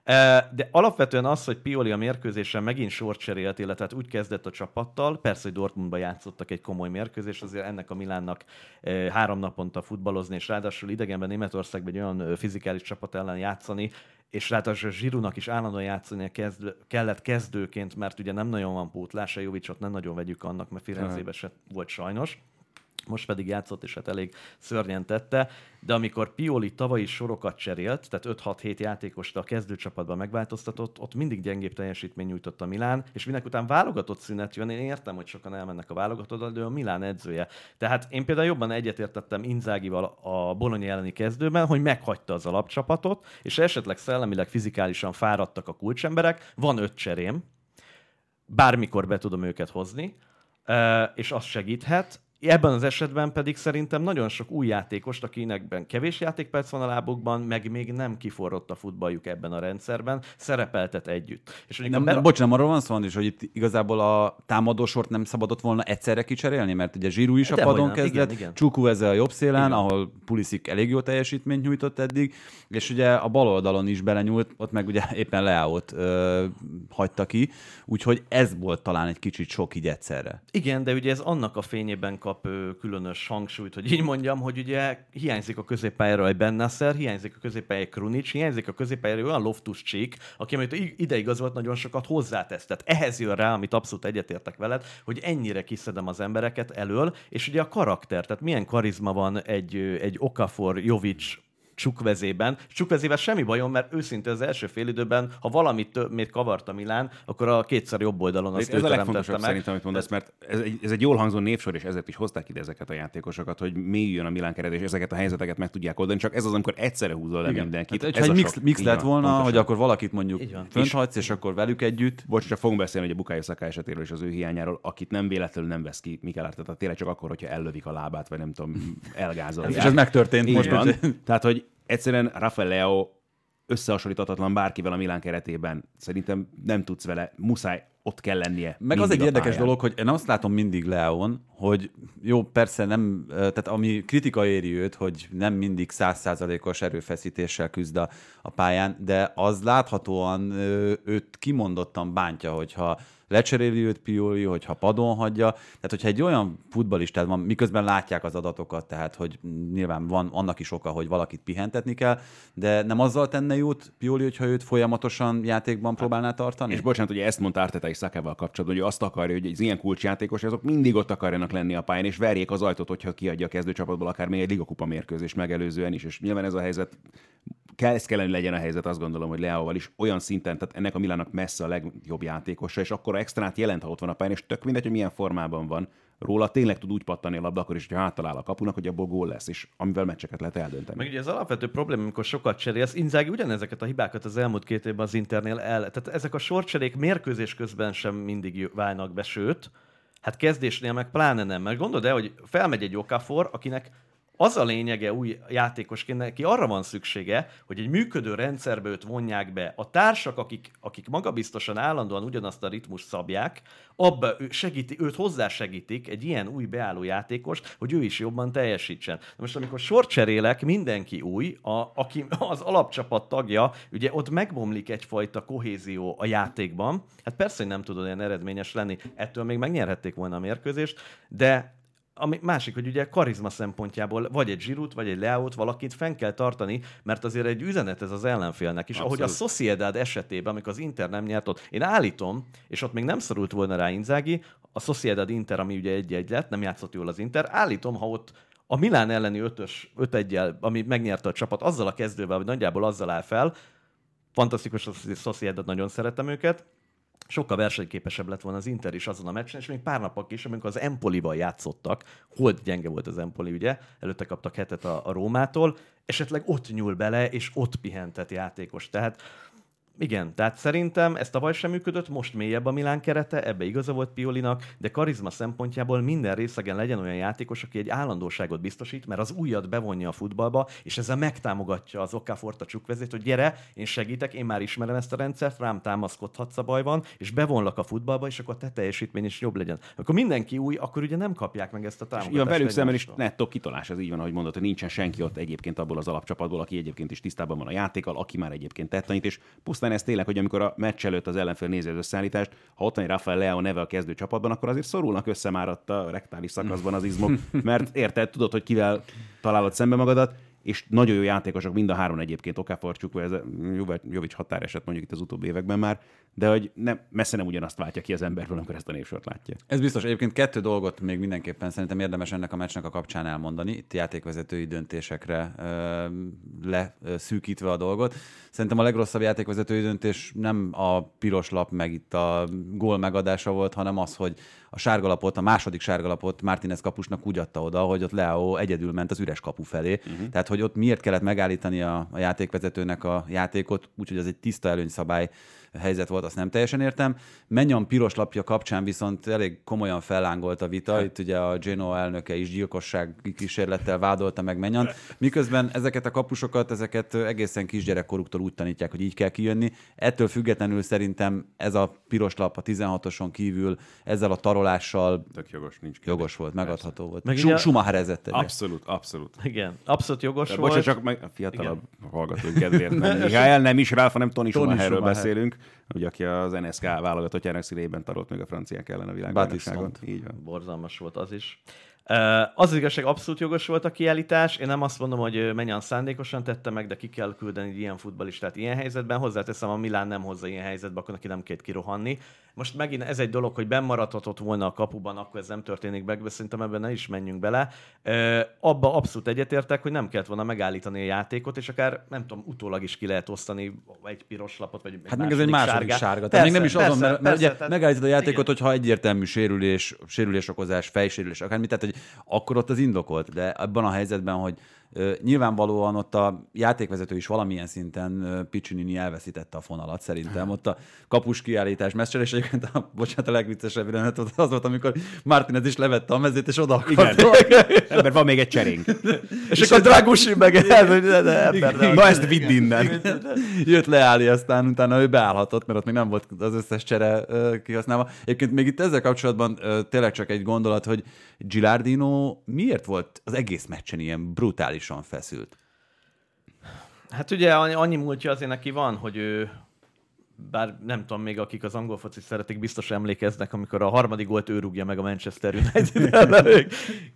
De alapvetően az, hogy Pioli a mérkőzésen megint sort cserélt, illetve úgy kezdett a csapattal, persze, hogy Dortmundban játszottak egy komoly mérkőzés, azért ennek a Milánnak három naponta futballozni, és ráadásul idegenben Németországban egy olyan fizikális csapat ellen játszani, és ráadásul Giroudnak is állandóan játszani kezd, kellett kezdőként, mert ugye nem nagyon van pótlása, Jovicsot nem nagyon vegyük annak, mert Firenzébe se volt sajnos. Most pedig játszott, és hát elég szörnyen tette, de amikor Pioli tavalyi sorokat cserélt, tehát öt-hat-hét játékost a kezdőcsapatban megváltoztatott, ott mindig gyengébb teljesítmény nyújtott a Milán, és minek után válogatott szünet jön, én értem, hogy sokan elmennek a válogatottól, de a Milán edzője. Tehát én például jobban egyetértettem Inzágival a Bologna elleni kezdőben, hogy meghagyta az alapcsapatot, és esetleg szellemileg, fizikálisan fáradtak a kulcsemberek, van öt cserém, bármikor be tudom őket hozni, és az segíthet. Ebben az esetben pedig szerintem nagyon sok új játékost, akinekben kevés játékperc van a lábukban, meg még nem kiforrott a futballjuk ebben a rendszerben, szerepeltet együtt. És nem, nem, bocs, nem arról van szó, is, hogy itt igazából a támadósort nem szabadott volna egyszerre kicserélni, mert ugye Giroud is de a padon kezdett, Csukú ezzel a jobb szélen, igen, ahol Pulisic elég jó teljesítményt nyújtott eddig, és ugye a bal oldalon is belenyúlt, ott meg ugye éppen Leao-t ö, hagyta ki, úgyhogy ez volt talán egy kicsit sok így egyszerre. Igen, de ugye ez annak a fényében kap különös hangsúlyt, hogy így mondjam, hogy ugye hiányzik a középpályára egy Ben Nasser, hiányzik a középpályára Krunic, hiányzik a középpályára olyan Loftus-Cheek, aki amit ideigazolt nagyon sokat hozzátesz. Tehát ehhez jön rá, amit abszolút egyetértek veled, hogy ennyire kiszedem az embereket elől, és ugye a karakter, tehát milyen karizma van egy, egy Okafor, Jovic Csukvezében. Csukvezével semmi bajom, mert őszintén az első félidőben, ha valamit többet kavart a Milán, akkor a kétszer jobb oldalon azt ő teremtette meg. Szerintem, amit mondasz, mert ez egy, ez egy jól hangzó névsor, és ezért is hozták ide ezeket a játékosokat, hogy mélyüljön a Milán keret, és ezeket a helyzeteket meg tudják oldani, csak ez az, amikor egyszerre húzol le mindenkit. Hát, ez egy mix, mix lett volna, pontosan, hogy akkor valakit mondjuk fönthagysz, és akkor velük együtt. Bocs, csak fogunk beszélni, hogy a Bukayo Saka esetéről és az ő hiányáról, akit nem véletlenül nem vesz ki Mikel Arteta, tényleg csak akkor, hogyha ellövik a lábát, vagy nem tudom, elgázolják. És ez megtörtént most. Tehát, hogy egyszerűen Rafael Leao összehasonlíthatatlan bárkivel a Milán keretében. Szerintem nem tudsz vele, muszáj ott kell lennie. Meg az egy érdekes dolog, hogy én azt látom mindig León, hogy jó, persze nem, tehát ami kritika éri őt, hogy nem mindig száz százalékos erőfeszítéssel küzd a, a pályán, de az láthatóan őt kimondottan bántja, hogyha lecseréli őt Pioli, hogyha padon hagyja. Tehát, hogyha egy olyan futballistát van, miközben látják az adatokat, tehát, hogy nyilván van annak is oka, hogy valakit pihentetni kell, de nem azzal tenne jót Pioli, hogyha őt folyamatosan játékban próbálná tartani? És bocsánat, ugye ezt mondta Arteta és Szakával kapcsolatban, hogy azt akarja, hogy az ilyen kulcsjátékos, azok mindig ott akarjanak lenni a pályán, és verjék az ajtót, hogyha kiadja a kezdőcsapatból akár még egy ligakupa mérkőzést megelőzően is. És nyilván ez a helyzet, kell, ez kellene legyen a helyzet, azt gondolom, hogy Leóval is olyan szinten, tehát ennek a Milánnak messze a legjobb játékosa, és akkor extrát jelent, ha ott van a pályán, és tök mindegy, hogy milyen formában van. Róla tényleg tud úgy pattani a labda, akkor is, hogyha áttalál a kapunak, hogy abból gól lesz, és amivel meccseket lehet eldönteni. Meg ugye az alapvető probléma, amikor sokat cserélsz, Inzaghi ugyanezeket a hibákat az elmúlt két évben az Internél el. Tehát ezek a sorcserék mérkőzés közben sem mindig válnak be, sőt, hát kezdésnél meg pláne nem. Mert gondold el, hogy felmegy egy Okafor, akinek az a lényege új játékosként, neki arra van szüksége, hogy egy működő rendszerbe őt vonják be. A társak, akik, akik magabiztosan állandóan ugyanazt a ritmust szabják, abba ő segíti, őt hozzásegítik egy ilyen új beálló játékost, hogy ő is jobban teljesítsen. Na most amikor sorcserélek, mindenki új, a, aki az alapcsapat tagja, ugye ott megbomlik egyfajta kohézió a játékban. Hát persze, hogy nem tudod olyan eredményes lenni, ettől még megnyerhették volna a mérkőzést, de ami másik, hogy ugye karizma szempontjából vagy egy Giroud, vagy egy Leót valakit fenn kell tartani, mert azért egy üzenet ez az ellenfélnek is. Abszolút. Ahogy a Sociedad esetében, amikor az Inter nem nyert ott, én állítom, és ott még nem szorult volna rá Inzaghi, a Sociedad Inter, ami ugye egy-egy lett, nem játszott jól az Inter, állítom, ha ott a Milán elleni ötös, öt egyel, ami megnyerte a csapat, azzal a kezdővel, vagy nagyjából azzal áll fel, fantasztikus a Sociedad, nagyon szeretem őket, sokkal versenyképesebb lett volna az Inter is azon a meccsen, és még pár napok is, amikor az Empolival játszottak, hol gyenge volt az Empoli, ugye, előtte kaptak hetet a, a Rómától, esetleg ott nyúl bele, és ott pihentet játékos. Tehát igen, tehát szerintem ez tavaly sem működött, most mélyebb a Milán kerete, ebbe igaza volt Piolinak, de karizma szempontjából minden részegen legyen olyan játékos, aki egy állandóságot biztosít, mert az újat bevonja a futballba, és ezzel megtámogatja az Okafort, a csukvezét, hogy gyere, én segítek, én már ismerem ezt a rendszert, rám támaszkodhatsz, a baj van, és bevonlak a futballba, és akkor a te teljesítmény is jobb legyen. Akkor mindenki új, akkor ugye nem kapják meg ezt a támogatást. Igen, velük szemben is nettó kitolás, ez így van, ahogy mondod, hogy nincsen senki ott egyébként abból az alapcsapatból, aki egyébként is tisztában van a játékkal, aki már egyébként tett annyit, és pusztán ez tényleg, hogy amikor a meccs előtt az ellenfél nézi az összeállítást, ha ott van egy Rafael Leao neve a kezdő csapatban, akkor azért szorulnak össze már ott a rektális szakaszban az izmok, mert érted, tudod, hogy kivel találod szembe magadat, és nagyon jó játékosok, mind a három egyébként, Okafor, Csukva, ez Jovic határeset mondjuk itt az utóbbi években már, de hogy nem, messze nem ugyanazt váltja ki az emberből, amikor ezt a névsort látja. Ez biztos. Egyébként kettő dolgot még mindenképpen szerintem érdemes ennek a meccsnek a kapcsán elmondani, itt játékvezetői döntésekre ö, leszűkítve a dolgot. Szerintem a legrosszabb játékvezetői döntés nem a piros lap, meg itt a gól megadása volt, hanem az, hogy a sárgalapot, a második sárgalapot Martínez kapusnak úgy adta oda, hogy ott Leao egyedül ment az üres kapu felé. Uh-huh. Tehát, hogy ott miért kellett megállítani a, a játékvezetőnek a játékot, úgyhogy ez egy tiszta előnyszabály helyzet volt, azt nem teljesen értem. Mennyam piros lapja kapcsán viszont elég komolyan fellángolt a vita, itt ugye a Genoa elnöke is gyilkosság kísérlettel vádolta meg Mennyant, miközben ezeket a kapusokat, ezeket egészen kisgyerekkoruktól úgy tanítják, hogy így kell kijönni. Ettől függetlenül szerintem ez a piros lap a tizenhatoson kívül ezzel a tarolással tök jogos, nincs kérdés. Jogos volt, megadható volt. Meg Sum- Schumacher-ezett. Abszolút, abszolút. Igen, abszolút jogos de volt. Bocsánat, csak meg a fiatalabb hallgatók kedvéért nem. Mihály, nem is Ralf, hanem Toni Schumacherről beszélünk, ugye, aki az en es ká válogatottjának színében tarolt még a franciák ellen a világbajnokságon. Így van. Borzalmas volt az is. Az, az igazság, abszolút jogos volt a kiállítás. Én nem azt mondom, hogy Mennyán szándékosan tette meg, de ki kell küldeni egy ilyen futballistát ilyen helyzetben. Hozzáteszem, a Milán nem hozza ilyen helyzetbe, akkor neki nem kell kirohanni. Most megint ez egy dolog, hogy bennmaradhatott volna a kapuban, akkor ez nem történik meg, de szerintem ebben ne is menjünk bele. Abba abszolút egyetértek, hogy nem kellett volna megállítani a játékot, és akár nem tudom, utólag is ki lehet osztani egy piros lapot, vagy hát még ez egy második sárga. Tehát még nem is azon, mert, mert ugye megállítod a játékot, igen, hogyha egyértelmű sérülés, sérülésokozás, fejsérülés, akármi, tehát hogy akkor ott az indokolt, de abban a helyzetben, hogy Nyilvánvalóan ott a játékvezető is valamilyen szinten Piccinini elveszítette a fonalat szerintem. Ott a kapus kiállítás meccsen, és egyébként a, bocsánat, a legviccesebb jelenet az volt, amikor Martinez is levette a mezét, és oda akart. Ember, van még egy cserénk. És, és akkor Dragusin meg el, hogy de, de ember, de, na ezt vidd innen. Jött Leáli, aztán utána ő beállhatott, mert ott még nem volt az összes csere kihasználva. Egyébként még itt ezzel kapcsolatban tényleg csak egy gondolat, hogy Gilardino miért volt az egész meccsen ilyen brutálisan feszült? Hát ugye annyi múltja azért neki van, hogy ő, bár nem tudom, még akik az angol focit szeretik, biztos emlékeznek, amikor a harmadik gólt ő rúgja meg a Manchester United.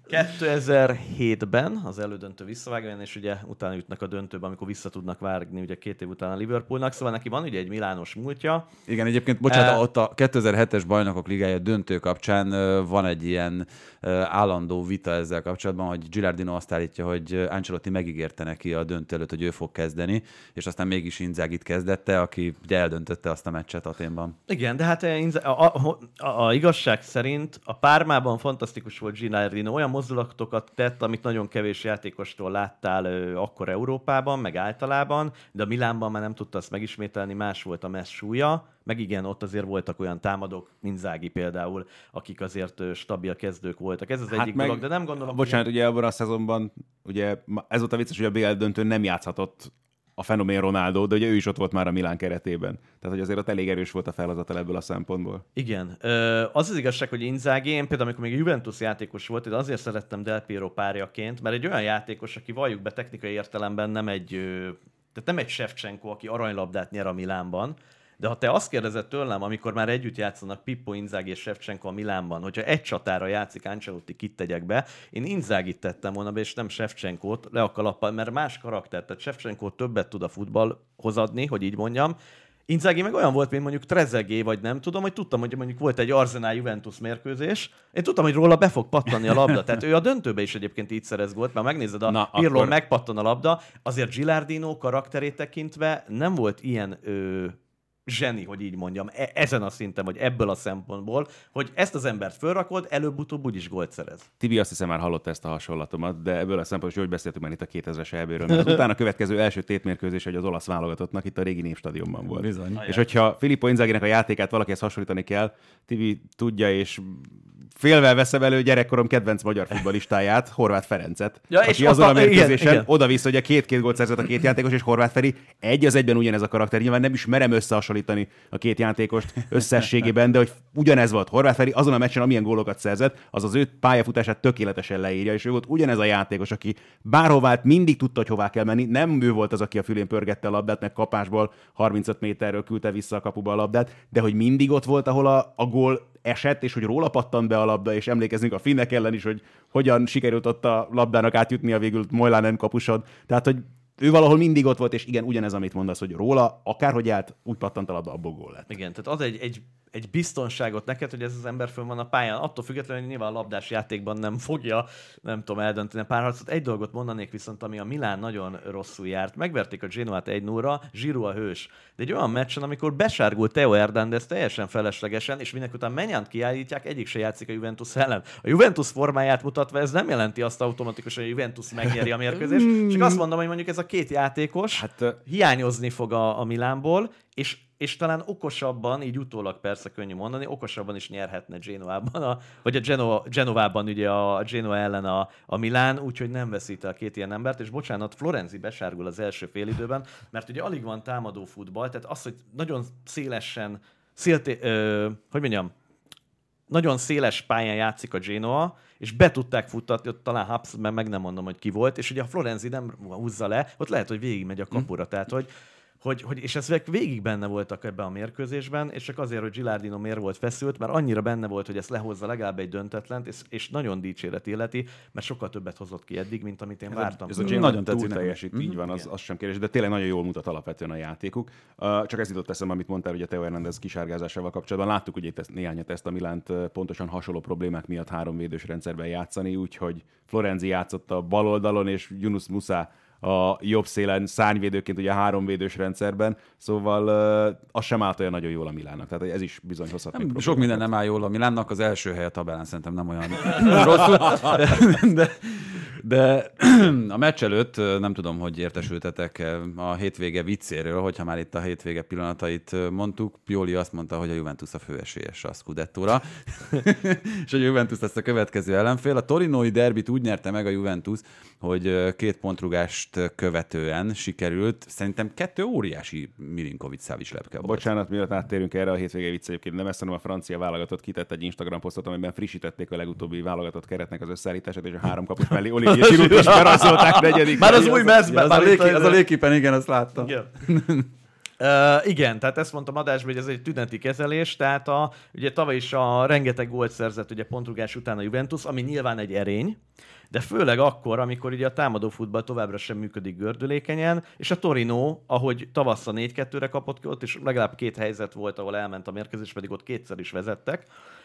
kétezer-hétben az elődöntő visszavágóan, és ugye utána jutnak a döntőbe, amikor vissza tudnak vágni ugye két év után a Liverpoolnak, szóval neki van ugye egy milános múltja. Igen, egyébként, bocsánat, uh, ott a kétezer-hetes Bajnokok Ligája döntő kapcsán uh, van egy ilyen uh, állandó vita ezzel kapcsolatban, hogy Gilardino azt állítja, hogy Ancelotti megígérte neki a döntő előtt, hogy ő fog kezdeni, és aztán mégis Inzaghi kezdette, aki ugye eldöntötte azt a meccset Athénban. Igen, de hát a, a, a, a igazság szerint a Pármában fantasztikus volt Gilardino, olyan mozdulatokat tett, amit nagyon kevés játékostól láttál ö, akkor Európában, meg általában, de a Milánban már nem tudta azt megismételni, más volt a meccs súlya, meg igen, ott azért voltak olyan támadók, mint Inzaghi például, akik azért ö, stabil kezdők voltak. Ez az hát egyik meg, dolog, de nem gondolom... Bocsánat, hogy... ugye abban a szezonban, ugye ez volt a vicces, hogy a bé el döntőn nem játszhatott a fenomén Ronaldo, de ugye ő is ott volt már a Milán keretében. Tehát, hogy azért ott elég erős volt a felhozatal ebből a szempontból. Igen. Az az igazság, hogy Inzaghi, én például, amikor még Juventus játékos volt, de azért szerettem Del Piero párjaként, mert egy olyan játékos, aki valljuk be technikai értelemben nem egy, tehát nem egy Shevchenko, aki aranylabdát nyer a Milánban, de ha te azt kérdezed tőlem, amikor már együtt játszanak Pippo, Inzaghi és Shevchenko a Milánban, hogyha egy csatára játszik Ancelotti, kit tegyek be, én Inzagit tettem volna be, és nem Shevchenkót le a kalappal, mert más karakter, tehát Shevchenko többet tud a futballhoz adni, hogy így mondjam. Inzaghi meg olyan volt, mint mondjuk Trezeguet, vagy nem tudom, hogy tudtam, hogy mondjuk volt egy Arsenal-Juventus mérkőzés, én tudtam, hogy róla be fog pattanni a labda. Tehát ő a döntőbe is egyébként így szerez gólt, mert megnézed, a Na, Pirlo akkor... megpattan a labda, azért Gilardino karakterét tekintve nem volt ilyen... Ö... zseni, hogy így mondjam, e- ezen a szinten, vagy ebből a szempontból, hogy ezt az embert fölrakod, előbb-utóbb úgyis gólt szerez. Tibi azt hiszem már hallotta ezt a hasonlatomat, de ebből a szempontból, hogy beszéltünk már itt a kétezres é bé-ről, mert az utána következő első tétmérkőzés, hogy az olasz válogatottnak itt a régi Névstadionban volt. Bizony. És hogyha Filippo Inzaghinek a játékát valakihez hasonlítani kell, Tibi tudja, és félvel veszem elő gyerekkorom kedvenc magyar futballistáját, Horváth Ferencet, ja, aki azon a mérkőzésen oda-vissza, hogy a két-két gólt szerzett a két játékos, és Horváth Feri egy az egyben ugyanez a karakter. Nyilván nem is merem összehasonlítani a két játékost összességében, de hogy ugyanez volt Horváth Feri azon a meccsen, amilyen gólokat szerzett, az az ő pályafutását tökéletesen leírja, és ő volt ugyanez a játékos, aki bárhová mindig tudta, hogy hová kell menni. Nem ő volt az, aki a fülén pörgette a labdát, meg kapásból harmincöt méterről küldte vissza a kapuba a labdát, de hogy mindig ott volt, ahol a, a gól esett, és hogy róla pattant be a labda, és emlékezünk a finnek ellen is, hogy hogyan sikerült ott a labdának átjutnia végül Moilanen kapuson. Tehát, hogy ő valahol mindig ott volt, és igen, ugyanez, amit mondasz, hogy róla, akárhogy állt, úgy pattant a labda, abból gól lett. Igen, tehát az egy, egy, egy biztonságot neked, hogy ez az ember fönn van a pályán. Attól függetlenül, hogy nyilván a labdás játékban nem fogja, nem tudom, eldönteni a párharcot. Egy dolgot mondanék viszont, ami a Milán nagyon rosszul járt. Megverték a Genoát egy nullra, Giroud a hős. De egy olyan meccsen, amikor besárgult Theo Hernández teljesen feleslegesen, és minek után Menyant kiállítják, egyik se játszik a Juventus ellen. A Juventus formáját mutatva ez nem jelenti azt automatikusan, hogy a Juventus megnyeri a mérkőzést. Csak azt mondom, hogy mondjuk ez a két játékos hát, hiányozni fog a, a Milánból, és, és talán okosabban, így utólag persze könnyű mondani, okosabban is nyerhetne Genoában, a, vagy a Geno, Genovában ugye a Genoa ellen a, a Milán, úgyhogy nem veszít el két ilyen embert, és bocsánat, Florenzi besárgul az első félidőben, mert ugye alig van támadó futball, tehát az, hogy nagyon szélesen, szélté, ö, hogy mondjam, nagyon széles pályán játszik a Genoa, és be tudták futtatni, ott talán Hubs, mert meg nem mondom, hogy ki volt, és ugye a Florenzi nem húzza le, ott lehet, hogy végigmegy a kapura, mm. tehát hogy Hogy, hogy, és ezek végig benne voltak ebben a mérkőzésben, és csak azért, hogy Gilardino miért volt feszült, mert annyira benne volt, hogy ezt lehozza legalább egy döntetlent, és, és nagyon dicséret illeti, mert sokkal többet hozott ki eddig, mint amit én ez vártam. A, ez a Gino nagyon túl teljesít, így van, az, az sem kérdés, de tényleg nagyon jól mutat alapvetően a játékuk. Uh, csak ez jutott eszembe, amit mondtál, hogy a Theo Hernández kisárgázásával kapcsolatban. Láttuk ugye ezt, néhányat ezt a Milánt pontosan hasonló problémák miatt három védős rendszerben játszani, úgyhogy Florenzi játszott a bal oldalon, és Yunus Musa a jobb szélen szárnyvédőként ugye a háromvédős rendszerben, szóval uh, az sem állt olyan nagyon jól a Milánnak, tehát ez is bizony hozhat még problémát. Sok minden nem áll jól a Milánnak, az első hely a tabellán szerintem nem olyan rosszul, de, de, De a meccs előtt nem tudom, hogy értesültetek a hétvége viccéről, hogyha már itt a hétvége pillanatait mondtuk. Pioli azt mondta, hogy a Juventus a főesélyes a Scudettóra, és a Juventus lesz a következő ellenfél. A torinói derbit úgy nyerte meg a Juventus, hogy két pontrúgást követően sikerült. Szerintem kettő óriási Milinkovic-Savic lepke volt. Bocsánat, mielőtt áttérünk erre a hétvége vicc, egyébként nem ezt, hanem a francia válogatott kitett egy Instagram posztot, amiben frissítették a legutóbbi válogatott keretnek az összeállítását, és a három kapus mellé Olivier Giroud is berajzolták negyedik. Már az új mezben. Az a légképen, igen, azt láttam. Igen. Uh, igen, tehát ezt mondtam adásban, hogy ez egy tüneti kezelés, tehát a, ugye tavaly is a rengeteg gólt szerzett ugye pontrugás után a Juventus, ami nyilván egy erény, de főleg akkor, amikor ugye a támadó futball továbbra sem működik gördülékenyen, és a Torino, ahogy tavasszal négy kettőre kapott ki, ott is legalább két helyzet volt, ahol elment a mérkőzés, pedig ott kétszer is vezettek.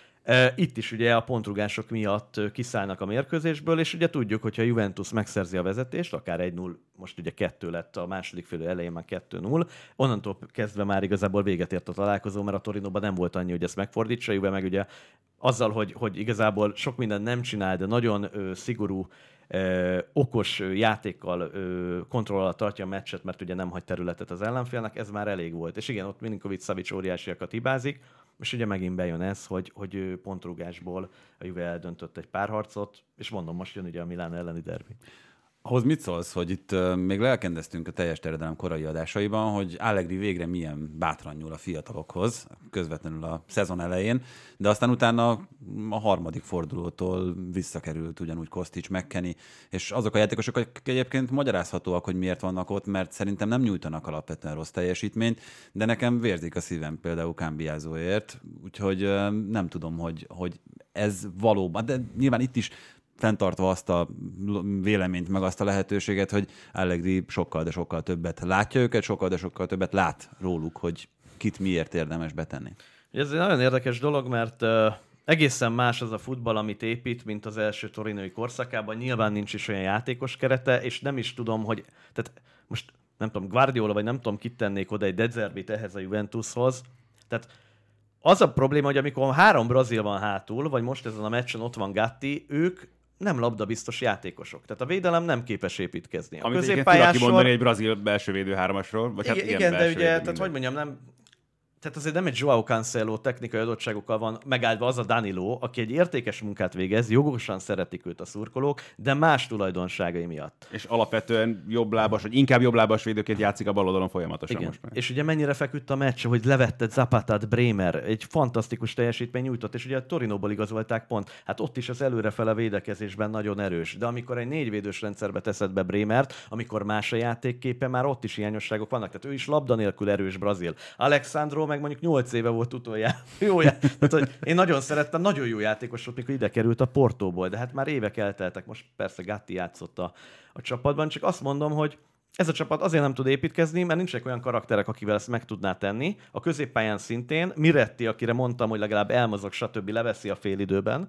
Itt is ugye a pontrugások miatt kiszállnak a mérkőzésből, és ugye tudjuk, hogyha a Juventus megszerzi a vezetést, akár egy null, most ugye kettő lett a második félidő elején, már kettő null, onnantól kezdve már igazából véget ért a találkozó, mert a Torinóban nem volt annyi, hogy ezt megfordítsa, Juve meg ugye azzal, hogy, hogy igazából sok mindent nem csinál, de nagyon ö, szigorú, ö, okos ö, játékkal ö, kontroll alatt tartja a meccset, mert ugye nem hagy területet az ellenfélnek, ez már elég volt. És igen, ott Milinkovic-Savic óriásiakat hibázik, és ugye megint bejön ez, hogy, hogy pontrugásból a Juve eldöntött egy párharcot, és mondom, most jön ugye a Milán elleni derbi. Ahhoz mit szólsz, hogy itt uh, még lelkendeztünk a teljes terjedelem korai adásaiban, hogy Allegri végre milyen bátran nyúl a fiatalokhoz, közvetlenül a szezon elején, de aztán utána a harmadik fordulótól visszakerült ugyanúgy Kostić, McKennie, és azok a játékosok, akik egyébként magyarázhatóak, hogy miért vannak ott, mert szerintem nem nyújtanak alapvetően rossz teljesítményt, de nekem vérzik a szívem például Cambiasoért, úgyhogy uh, nem tudom, hogy, hogy ez valóban, de nyilván itt is fenntartva azt a véleményt, meg azt a lehetőséget, hogy Allegri sokkal, de sokkal többet látja őket, sokkal, de sokkal többet lát róluk, hogy kit miért érdemes betenni. Ez egy nagyon érdekes dolog, mert uh, egészen más az a futball, amit épít, mint az első torinói korszakában. Nyilván nincs is olyan játékos kerete, és nem is tudom, hogy... Tehát most nem tudom, Guardiola, vagy nem tudom, kit tennék oda egy De Zerbit ehhez a Juventushoz. Tehát az a probléma, hogy amikor három brazil van hátul, vagy most ezen a meccsen ott van Gatti, ők nem labdabiztos játékosok. Tehát a védelem nem képes építkezni. A amit középpályás sor... kimondani egy brazil belső védő hármasról, vagy igen, hát ilyen igen, de ugye, védő, tehát hogy mondjam, nem... Tehát azért nem egy Joao Cancelo technikai adottságokkal van megáldva az a Danilo, aki egy értékes munkát végez, jogosan szeretik őt a szurkolók, de más tulajdonságai miatt. És alapvetően jobblábas, vagy inkább jobblábas védőként játszik a bal oldalon folyamatosan. Igen. Most már. És ugye mennyire feküdt a meccs, hogy levette Zapatát Bremer, egy fantasztikus teljesítmény nyújtott, és ugye a Torinóból igazolták pont. Hát ott is az előrefele védekezésben nagyon erős. De amikor egy négyvédős rendszerbe teszed be Bremert, amikor más a játékképe, már ott is hiányosságok vannak. Tehát ő is labda nélkül erős brazil. Alexandro meg mondjuk nyolc éve volt utoljára. Jó já... Tehát, hogy én nagyon szerettem, nagyon jó játékos volt, mikor ide került a Portóból, de hát már évek elteltek. Most persze Gatti játszott a, a csapatban, csak azt mondom, hogy ez a csapat azért nem tud építkezni, mert nincsenek olyan karakterek, akivel ezt meg tudná tenni. A középpályán szintén Miretti, akire mondtam, hogy legalább elmozog, stb. Leveszi a félidőben.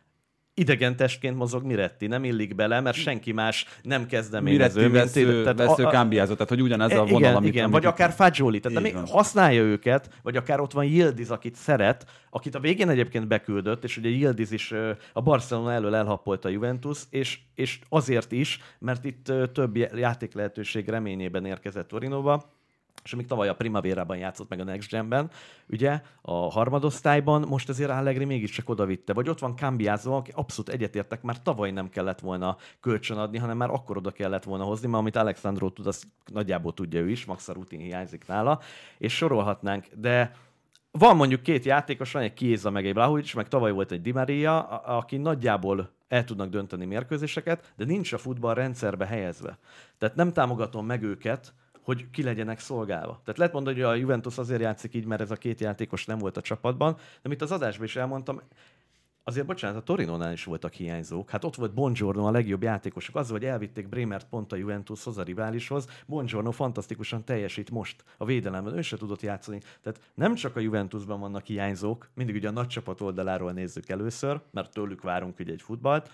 Idegen testként mozog Miretti, nem illik bele, mert senki más nem kezdeményező. Miretti vesző, tehát vesző Cambiaso, tehát hogy ugyanez a vonal, igen, amit... Igen, amit vagy akár Fagioli, tehát nem használja őket, vagy akár ott van Yildiz, akit szeret, akit a végén egyébként beküldött, és ugye Yildiz is a Barcelona elől elhappolta a Juventus, és, és azért is, mert itt több játék lehetőség reményében érkezett Torinóba, és amíg tavaly a Primavérában játszott meg a Next Gen-ben, ugye, a harmadosztályban, most azért Allegri mégiscsak odavitte. Vagy ott van Cambiaso, aki abszolút egyetértek, már tavaly nem kellett volna kölcsönadni, hanem már akkor oda kellett volna hozni, mert amit Alexandro tud, azt nagyjából tudja ő is, max a rutin hiányzik nála, és sorolhatnánk, de van mondjuk két játékos, van egy Chiesa meg egy Vlahovic, meg tavaly volt egy Di Maria, aki nagyjából el tudnak dönteni mérkőzéseket, de nincs a futball rendszerbe helyezve. Tehát nem támogatom meg őket, hogy ki legyenek szolgálva. Tehát lehet mondani, hogy a Juventus azért játszik így, mert ez a két játékos nem volt a csapatban, de mint az adásban is elmondtam, azért bocsánat, a Torinónál is voltak hiányzók. Hát ott volt Buongiorno a legjobb játékosok. Az, hogy elvitték Bremert pont a Juventushoz, a riválishoz. Buongiorno fantasztikusan teljesít most a védelemben. Ő se tudott játszani. Tehát nem csak a Juventusban vannak hiányzók, mindig ugye a nagy csapat oldaláról nézzük először, mert tőlük várunk ugye egy futballt.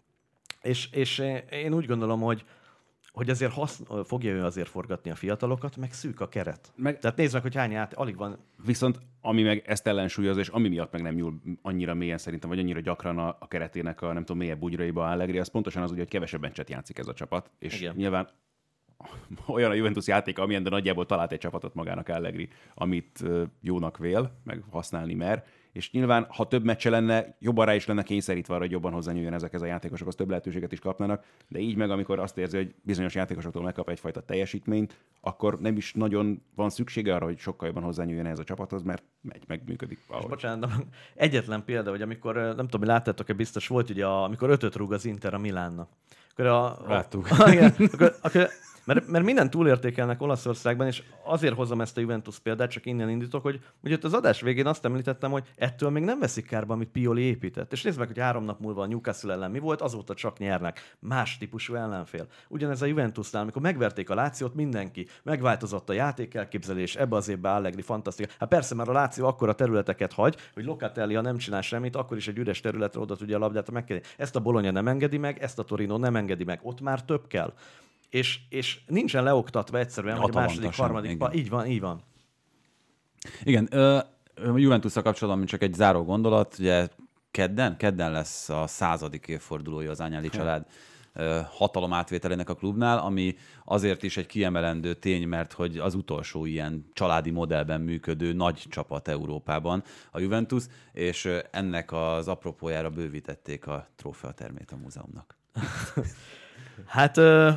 És, és én úgy gondolom, hogy hogy azért haszn- fogja ő azért forgatni a fiatalokat, meg szűk a keret. Meg... Tehát nézd meg, hogy hány át, alig van. Viszont ami meg ezt ellensúlyoz, és ami miatt meg nem nyúl annyira mélyen szerintem, vagy annyira gyakran a, a keretének a nem tudom, mélyebb bugyraiba Allegri, az pontosan az, ugye, hogy kevesebb meccset játszik ez a csapat, és igen. Nyilván olyan a Juventus játéka, amilyen, de nagyjából talált egy csapatot magának Allegri, amit jónak vél, meg használni mer, és nyilván, ha több meccse lenne, jobban rá is lenne kényszerítve arra, hogy jobban hozzányúljon ezekhez a játékosokhoz, több lehetőséget is kapnának, de így meg, amikor azt érzi, hogy bizonyos játékosoktól megkap egyfajta teljesítményt, akkor nem is nagyon van szüksége arra, hogy sokkal jobban hozzányúljon ehhez a csapathoz, mert megy, megműködik. És bocsánat, egyetlen példa, hogy amikor, nem tudom, láttátok-e, biztos volt, ugye, a, amikor ötöt rúg az Inter a Milánnak. Akkor a, Láttuk. A, igen, akkor, akkor, mert, mert minden túlértékelnek Olaszországban, és azért hozom ezt a Juventus példát, csak innen indítok, hogy ugye az adás végén azt említettem, hogy ettől még nem veszik kárba, amit Pioli épített. És nézd meg, hogy három nap múlva a Newcastle ellen mi volt, azóta csak nyernek. Más típusú ellenfél. Ugyanez a Juventusnál, amikor megverték a Lációt, mindenki. Megváltozott a játékelképzelés, ebbe az évben Allegri fantasztikus. Hát persze, mert a Láció akkora területeket hagy, hogy Locatelli, ha nem csinál semmit, akkor is egy üres területre oda tudja a labdát megkenni. Ezt a Bologna nem engedi meg, ezt a Torino nem engedi meg. Ott már több kell. És, és nincsen leoktatva egyszerűen, hogy a második, harmadik... Pa, így van, így van. Igen, a Juventusszal kapcsolatban csak egy záró gondolat, ugye kedden, kedden lesz a századik évfordulója az Agnelli család hatalom átvételének a klubnál, ami azért is egy kiemelendő tény, mert hogy az utolsó ilyen családi modellben működő nagy csapat Európában a Juventus, és ennek az apropójára bővítették a trófeatermét a múzeumnak. Hát...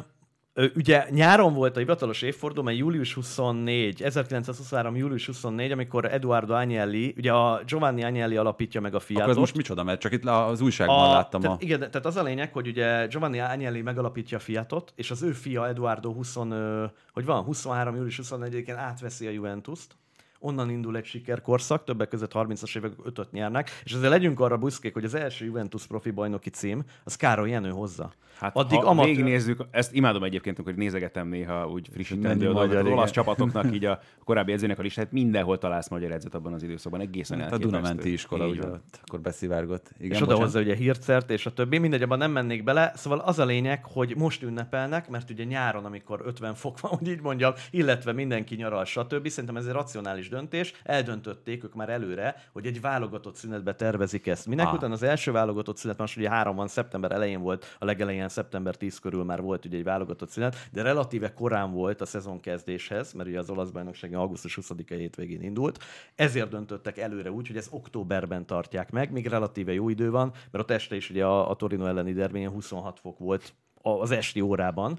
Ugye nyáron volt a hivatalos évforduló, mert július huszonnégy, ezerkilencszázhuszonhárom. július huszonnégy, amikor Edoardo Agnelli, ugye a Giovanni Agnelli alapítja meg a Fiatot. Akkor ez most micsoda, mert csak itt az újságban a, láttam. Tehát, a... Igen, tehát az a lényeg, hogy ugye Giovanni Agnelli megalapítja a Fiatot, és az ő fia Edoardo húsz, hogy van, huszonhárom. július huszonnegyedikén átveszi a Juventust. Onnan indul egy sikerkorszak, többek között harmincas évek ötöt nyernek, és ezzel legyünk arra büszkék, hogy az első Juventus profi bajnoki cím, az Károly Jenő hozza. Hát addig ha amatőr... végignézzük, ezt imádom egyébként, hogy nézegetem néha úgy frissítendő az olasz csapatoknak, így a korábbi edzőnek a listát, mindenhol találsz magyar edzőt abban az időszakban, egészen hát elképesztő. A Dunamenti iskola, ugye, akkor beszivárgott. Igen, és oda hozza ugye Hircert és a többi, mindegy, abban nem mennék bele, szóval az a lényeg, hogy most ünnepelnek, mert ugye nyáron, amikor ötven fok van, hogy így mondjam, illetve mindenki nyaral, stb. Szerintem ez egy racionális döntés, eldöntötték ők már előre, hogy egy válogatott szünetbe tervezik ezt. Minek ah. után az első válogatott szünet, most ugye három van, szeptember elején volt, a legelején szeptember tíz körül már volt ugye egy válogatott szünet, de relatíve korán volt a szezon kezdéshez, mert ugye az olasz bajnokság augusztus huszadika hétvégén indult. Ezért döntöttek előre úgy, hogy ez októberben tartják meg, még relatíve jó idő van, mert ott este is ugye a, a Torino elleni derbén huszonhat fok volt az esti órában.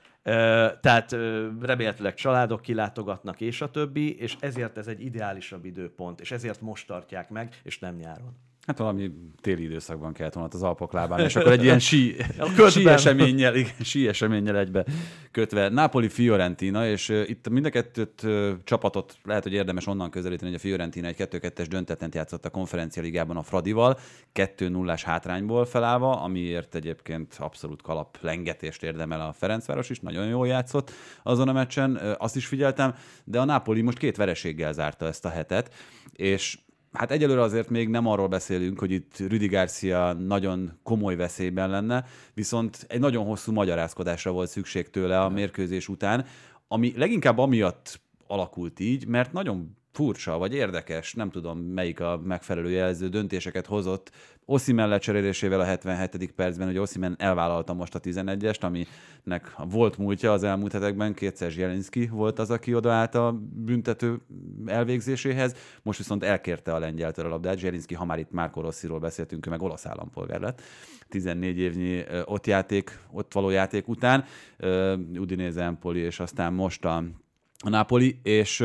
Tehát remélhetőleg családok kilátogatnak, és a többi, és ezért ez egy ideálisabb időpont, és ezért most tartják meg, és nem nyáron. Hát valami téli időszakban kellett volna az Alpok lábán, és akkor egy ilyen sí, sí, eseménnyel, igen, sí eseménnyel egybe kötve. Napoli-Fiorentina, és uh, itt mind a kettőt uh, csapatot lehet, hogy érdemes onnan közelíteni, hogy a Fiorentina egy kettő kettes döntetlent játszott a Konferencia Ligában a Fradival, kettő nullás hátrányból felállva, amiért egyébként abszolút kalap lengetést érdemel a Ferencváros is, nagyon jól játszott azon a meccsen, uh, azt is figyeltem, de a Napoli most két vereséggel zárta ezt a hetet, és hát egyelőre azért még nem arról beszélünk, hogy itt Rüdi Garcia nagyon komoly veszélyben lenne, viszont egy nagyon hosszú magyarázkodásra volt szükség tőle a mérkőzés után, ami leginkább amiatt alakult így, mert nagyon furcsa vagy érdekes, nem tudom melyik a megfelelő jelző, döntéseket hozott Osimhen lecserélésével a hetvenhetedik percben, hogy Osimhen elvállalta most a tizenegyest, aminek volt múltja az elmúlt hetekben, kétszer Zielinski volt az, aki odaállt a büntető elvégzéséhez, most viszont elkérte a lengyeltől a labdát. Zielinski, ha már itt Marco Rossiról beszéltünk, ő meg olasz állampolgár lett, tizennégy évnyi ott játék, ott való játék után, Udinese, Empoli, és aztán most a, a Napoli, és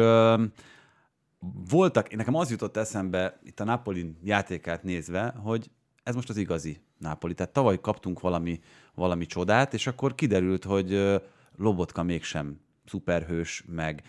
voltak, nekem az jutott eszembe itt a Napoli játékát nézve, hogy ez most az igazi Napoli. Tehát tavaly kaptunk valami, valami csodát, és akkor kiderült, hogy Lobotka mégsem szuperhős, meg...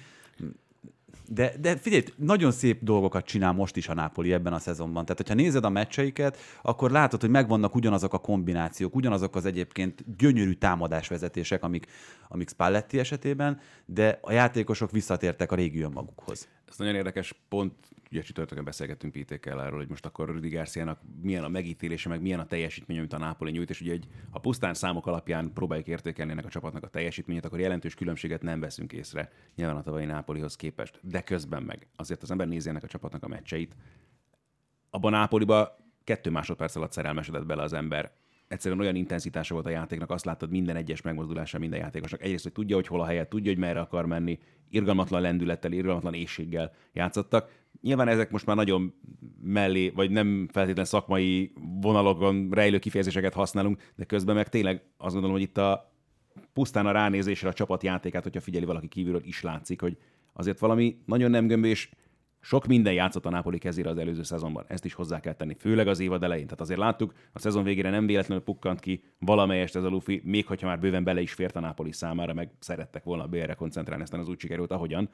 De, de figyelj, nagyon szép dolgokat csinál most is a Napoli ebben a szezonban. Tehát, hogyha nézed a meccseiket, akkor látod, hogy megvannak ugyanazok a kombinációk, ugyanazok az egyébként gyönyörű támadásvezetések, amik, amik Spalletti esetében, de a játékosok visszatértek a régi önmagukhoz. Ez nagyon érdekes pont, ugye csütörtökön beszélgettünk Pítékkel arról, hogy most akkor Rudi Garciának milyen a megítélése, meg milyen a teljesítmény, amit a Napoli nyújt, és ugye, hogy ha pusztán számok alapján próbáljuk értékelni ennek a csapatnak a teljesítményét, akkor jelentős különbséget nem veszünk észre nyilván a tavalyi Napolihoz képest. De közben meg azért az ember nézi ennek a csapatnak a meccseit. Abban a Napoliban kettő másodperc alatt szerelmesedett bele az ember. Egyszerűen olyan intenzitása volt a játéknak, azt láttad minden egyes megmozdulása minden játékosnak. Egyrészt, hogy tudja, hogy hol a helye, tudja, hogy merre akar menni, irgalmatlan lendülettel, irgalmatlan éhséggel játszottak. Nyilván ezek most már nagyon mellé, vagy nem feltétlen szakmai vonalokon rejlő kifejezéseket használunk, de közben meg tényleg azt gondolom, hogy itt a pusztán a ránézésre a csapat játékát, hogyha figyeli valaki kívülről, is látszik, hogy azért valami nagyon nem gömbös, és sok minden játszott a Napoli kezére az előző szezonban. Ezt is hozzá kell tenni, főleg az évad elején. Tehát azért láttuk, a szezon végére nem véletlenül pukkant ki valamelyest ez a lufi, még hogyha már bőven bele is fért a Napoli számára, meg szerettek volna a bé er-re koncentrálni, aztán az úgy sikerült, ahogyan.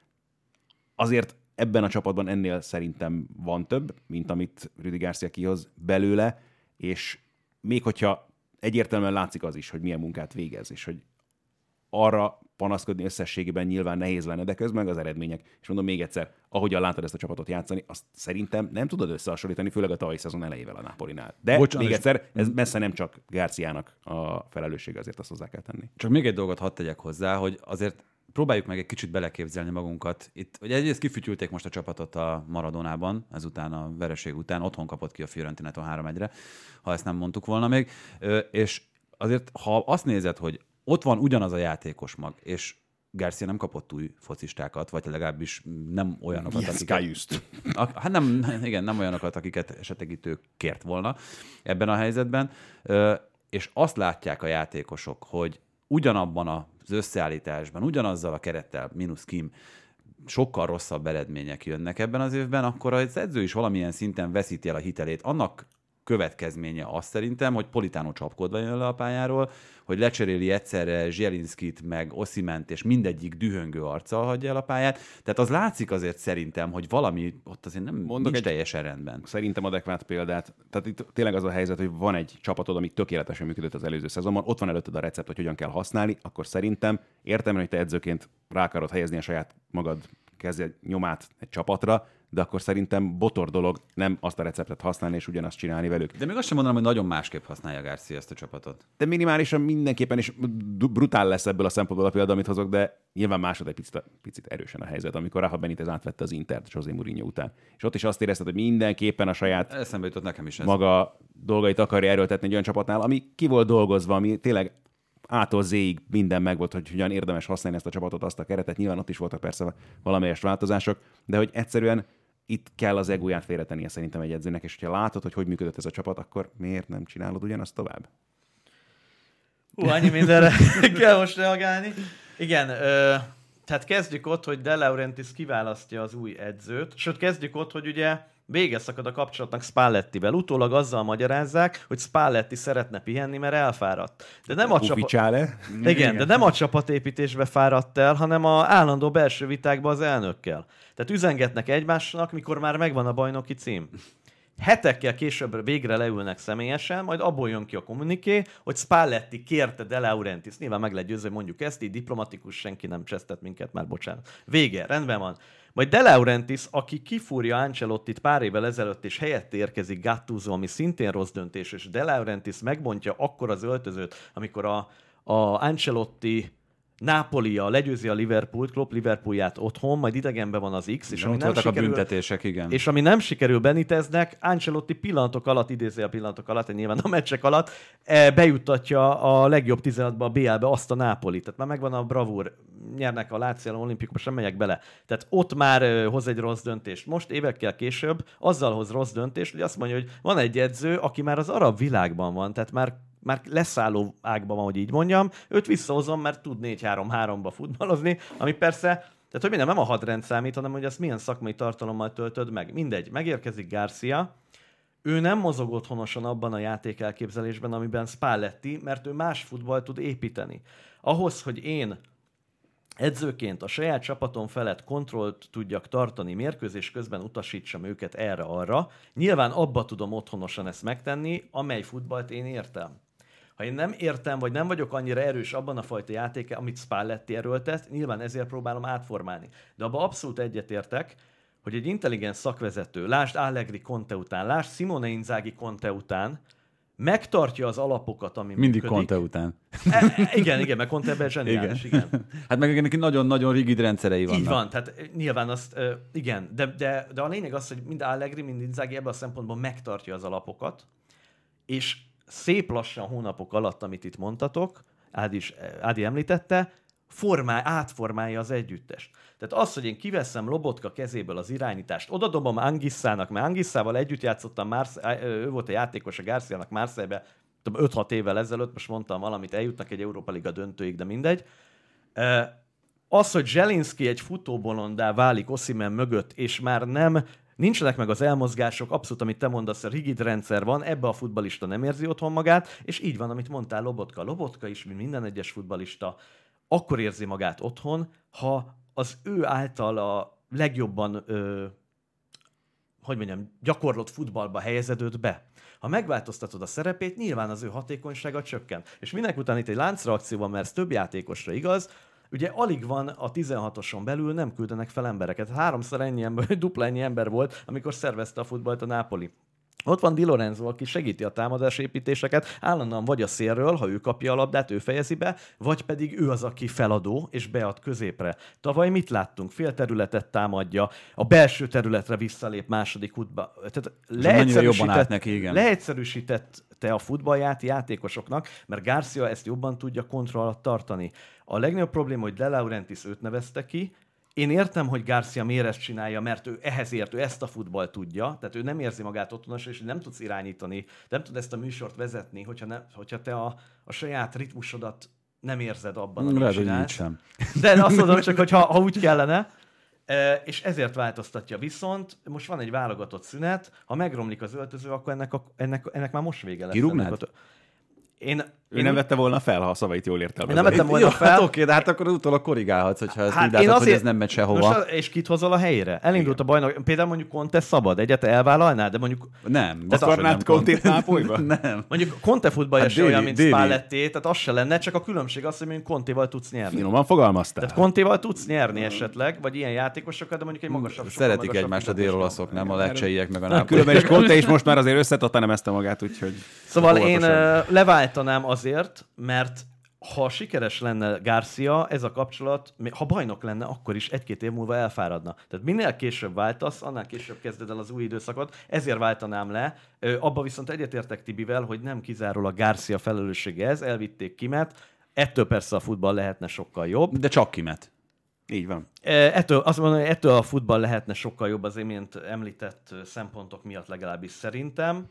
Azért ebben a csapatban ennél szerintem van több, mint amit Rudi Garcia kihoz belőle, és még hogyha egyértelműen látszik az is, hogy milyen munkát végez, és hogy arra panaszkodni összességében nyilván nehéz lenne, de közben az eredmények. És mondom még egyszer, ahogyan látod ezt a csapatot játszani, azt szerintem nem tudod összehasonlítani, főleg a tavalyi szezon elejével a Napolinál. De Bocsánat, még egyszer, ez messze nem csak Garciának a felelőssége, azért azt hozzá kell tenni. Csak még egy dolgot hadd tegyek hozzá, hogy azért próbáljuk meg egy kicsit beleképzelni magunkat. Itt, ugye egyrészt kifütyülték most a csapatot a Maradonában, ezután a vereség után, otthon kapott ki a Fiorentinától három egyre, ha ezt nem mondtuk volna még. És azért, ha azt nézed, hogy ott van ugyanaz a játékos mag, és Garcia nem kapott új focistákat, vagy legalábbis nem olyanokat, yes, akiket... Hát nem, igen, nem olyanokat, akiket esetleg itt ő kért volna ebben a helyzetben. És azt látják a játékosok, hogy ugyanabban az összeállításban, ugyanazzal a kerettel, mínusz Kim, sokkal rosszabb eredmények jönnek ebben az évben, akkor az edző is valamilyen szinten veszíti el a hitelét. Annak következménye az szerintem, hogy Politano csapkodva jön le a pályáról, hogy lecseréli egyszerre Zsielinszkit, meg Osimhent, és mindegyik dühöngő arccal hagyja el a pályát. Tehát az látszik azért szerintem, hogy valami ott azért nem Mondok nincs egy teljesen rendben. Szerintem adekvát példát. Tehát itt tényleg az a helyzet, hogy van egy csapatod, ami tökéletesen működött az előző szezonban, ott van előtted a recept, hogy hogyan kell használni, akkor szerintem értem, hogy te edzőként rá akarod helyezni a saját magad keze nyomát egy csapatra, de akkor szerintem botor dolog nem azt a receptet használni és ugyanazt csinálni velük. De még azt sem mondanám, hogy nagyon másképp használja Garcia ezt a csapatot. De minimálisan mindenképpen is brutál lesz ebből a szempontból a példa, amit hozok, de nyilván másod egy picit, picit erősen a helyzet, amikor Rafa Benitez átvette az Intert José Mourinho után. És ott is azt érezted, hogy mindenképpen a saját eszembe jutott nekem is ez. Maga dolgait akarja erőltetni egy olyan csapatnál, ami ki volt dolgozva, ami tényleg A-tól Z-ig minden megvolt, hogy hogyan érdemes használni ezt a csapatot, azt a keretet. Nyilván ott is voltak persze valamelyes változások, de hogy egyszerűen itt kell az egóját félretennie szerintem egy edzőnek, és hogyha látod, hogy hogy működött ez a csapat, akkor miért nem csinálod ugyanazt tovább? Hú, annyi mindenre kell most reagálni. Igen, ö, tehát kezdjük ott, hogy De Laurentiis kiválasztja az új edzőt, sőt kezdjük ott, hogy ugye vége szakad a kapcsolatnak Spallettivel. Utólag azzal magyarázzák, hogy Spalletti szeretne pihenni, mert elfáradt. De nem a csapat... Igen, Igen, de nem a csapatépítésbe fáradt el, hanem a állandó belső vitákba az elnökkel. Tehát üzengetnek egymásnak, mikor már megvan a bajnoki cím. Hetekkel később végre leülnek személyesen, majd abból jön ki a kommuniké, hogy Spalletti kérte De Laurentiis. Nyilván meg lehet győzni, hogy mondjuk ezt, így diplomatikus, senki nem csesztett minket már, bocsánat. Vége, rendben van. Majd De Laurentiis, aki kifúrja Ancelottit pár évvel ezelőtt, és helyette érkezik Gattuso, ami szintén rossz döntés, és De Laurentiis megbontja akkor az öltözőt, amikor a, a Ancelotti Nápolia legyőzi a Liverpoolt, Klopp Liverpoolját otthon, majd idegenben van az X, és ami nem sikerül, a büntetések, igen. És ami nem sikerül Beniteznek, Ancelotti pillanatok alatt, idézi a pillanatok alatt, nyilván a meccsek alatt, bejuttatja a legjobb tizenhatba a bé el-be azt a Nápolit. Tehát már megvan a bravúr, nyernek a Láció olimpikumba, sem megyek bele. Tehát ott már hoz egy rossz döntést. Most évekkel később azzal hoz rossz döntést, hogy azt mondja, hogy van egy edző, aki már az arab világban van, tehát már már leszálló ágban van, hogy így mondjam, őt visszahozom, mert tud négy három háromba futballozni, ami persze, tehát hogy minden nem a hadrend számít, hanem hogy azt milyen szakmai tartalommal töltöd meg. Mindegy, megérkezik Garcia, ő nem mozog otthonosan abban a játékelképzelésben, amiben Spalletti, mert ő más futballt tud építeni. Ahhoz, hogy én edzőként a saját csapatom felett kontrollt tudjak tartani, mérkőzés közben utasítsam őket erre-arra, nyilván abba tudom otthonosan ezt megtenni, amely futballt én értem. Ha én nem értem, vagy nem vagyok annyira erős abban a fajta játéka, amit Spalletti erőltet, nyilván ezért próbálom átformálni. De abban abszolút egyetértek, hogy egy intelligens szakvezető, lásd Allegri Conte után, lásd Simone Inzaghi Conte után, megtartja az alapokat, ami Mindig működik. Conte után. E, igen, igen, meg Conte ebben zseniális, igen. igen. Hát meg neki nagyon-nagyon rigid rendszerei vannak. Így van, tehát nyilván azt, igen, de, de, de a lényeg az, hogy mind Allegri, mind Inzaghi ebben a szempontból megtartja az alapokat, és szép lassan hónapok alatt, amit itt mondtatok, Ádi, is, Ádi említette, formál, átformálja az együttest. Tehát az, hogy én kiveszem Lobotka kezéből az irányítást, odadobom Angisszának, mert Angisszával együtt játszottam, Marse- ő volt a játékos a Garciának Marseille-be, öt-hat évvel ezelőtt, most mondtam valamit, eljutnak egy Európa Liga döntőig, de mindegy. Az, hogy Zselinszky egy futóbolondá válik Osimhen mögött, és már nem, nincsenek meg az elmozgások, abszolút, amit te mondasz, a rigid rendszer van, ebbe a futballista nem érzi otthon magát, és így van, amit mondtál Lobotka. Lobotka is, mint minden egyes futballista, akkor érzi magát otthon, ha az ő által a legjobban, ö, hogy mondjam, gyakorlott futballba helyezedőd be. Ha megváltoztatod a szerepét, nyilván az ő hatékonysága csökken. És mindenek után itt egy láncreakció van, mert ez több játékosra igaz, ugye alig van a tizenhatoson belül, nem küldenek fel embereket. Háromszor ennyi ember, dupla ennyi ember volt, amikor szervezte a futballt a Napoli. Ott van Di Lorenzo, aki segíti a támadásépítéseket, állandóan vagy a szélről, ha ő kapja a labdát, ő fejezi be, vagy pedig ő az, aki feladó, és bead középre. Tavaly mit láttunk? Fél területet támadja, a belső területre visszalép második útba. Tehát leegyszerűsített, neki, igen. leegyszerűsítette a futballját játékosoknak, mert Garcia ezt jobban tudja kontroll alatt tartani. A legnagyobb probléma, hogy De Laurentiis őt nevezte ki. Én értem, hogy Garcia miért ezt csinálja, mert ő ehhez ért, ő ezt a futballt tudja, tehát ő nem érzi magát otthonosan, és nem tudsz irányítani, nem tud ezt a műsort vezetni, hogyha, ne, hogyha te a, a saját ritmusodat nem érzed abban, amit Lehet, csinálsz. sem. De azt mondom csak, hogy ha, ha úgy kellene, és ezért változtatja. Viszont most van egy válogatott szünet, ha megromlik az öltöző, akkor ennek, a, ennek, ennek már most vége lesz. Kirúgnád? Én, Ő nem vette volna fel, ha a szavait jól értelmezem. nem vettem volna Jó, fel. hát oké, de hát akkor utólag korrigálhatsz, hogyha ezt Hát úgy látod, azért, hogy ez nem megy sehova. Most, és kit hozol a helyére? Elindult Igen. a bajnok. Például mondjuk Conte szabad, egyet elvállalnál, de mondjuk... Nem. Akarnád Contét Nápolyba? Nem. Mondjuk Conte futballja Hát se olyan, déli, mint déli. Spalletti, tehát az se lenne, csak a különbség az, hogy mondjuk Contéval tudsz nyerni. Finoman fogalmaztál. Tehát Contéval tudsz nyerni esetleg, vagy ilyen játékosokat, de mondjuk egy magasabb... Szeretik egymást a dél-olaszok, nem a leccseiek meg a nápolyiak. Különben is Conte is most már azért összetattanám magát, úgyhogy... Szóval én uh, leváltanám azért, mert ha sikeres lenne Garcia, ez a kapcsolat, ha bajnok lenne, akkor is egy-két év múlva elfáradna. Tehát minél később váltasz, annál később kezded el az új időszakot, ezért váltanám le. Abba viszont egyetértek Tibivel, hogy nem kizárólag Garcia felelőssége ez, elvitték Kimet, ettől persze a futball lehetne sokkal jobb. De csak Kimet. Így van. Ettől, azt mondom, hogy ettől a futball lehetne sokkal jobb az imént említett szempontok miatt legalábbis szerintem.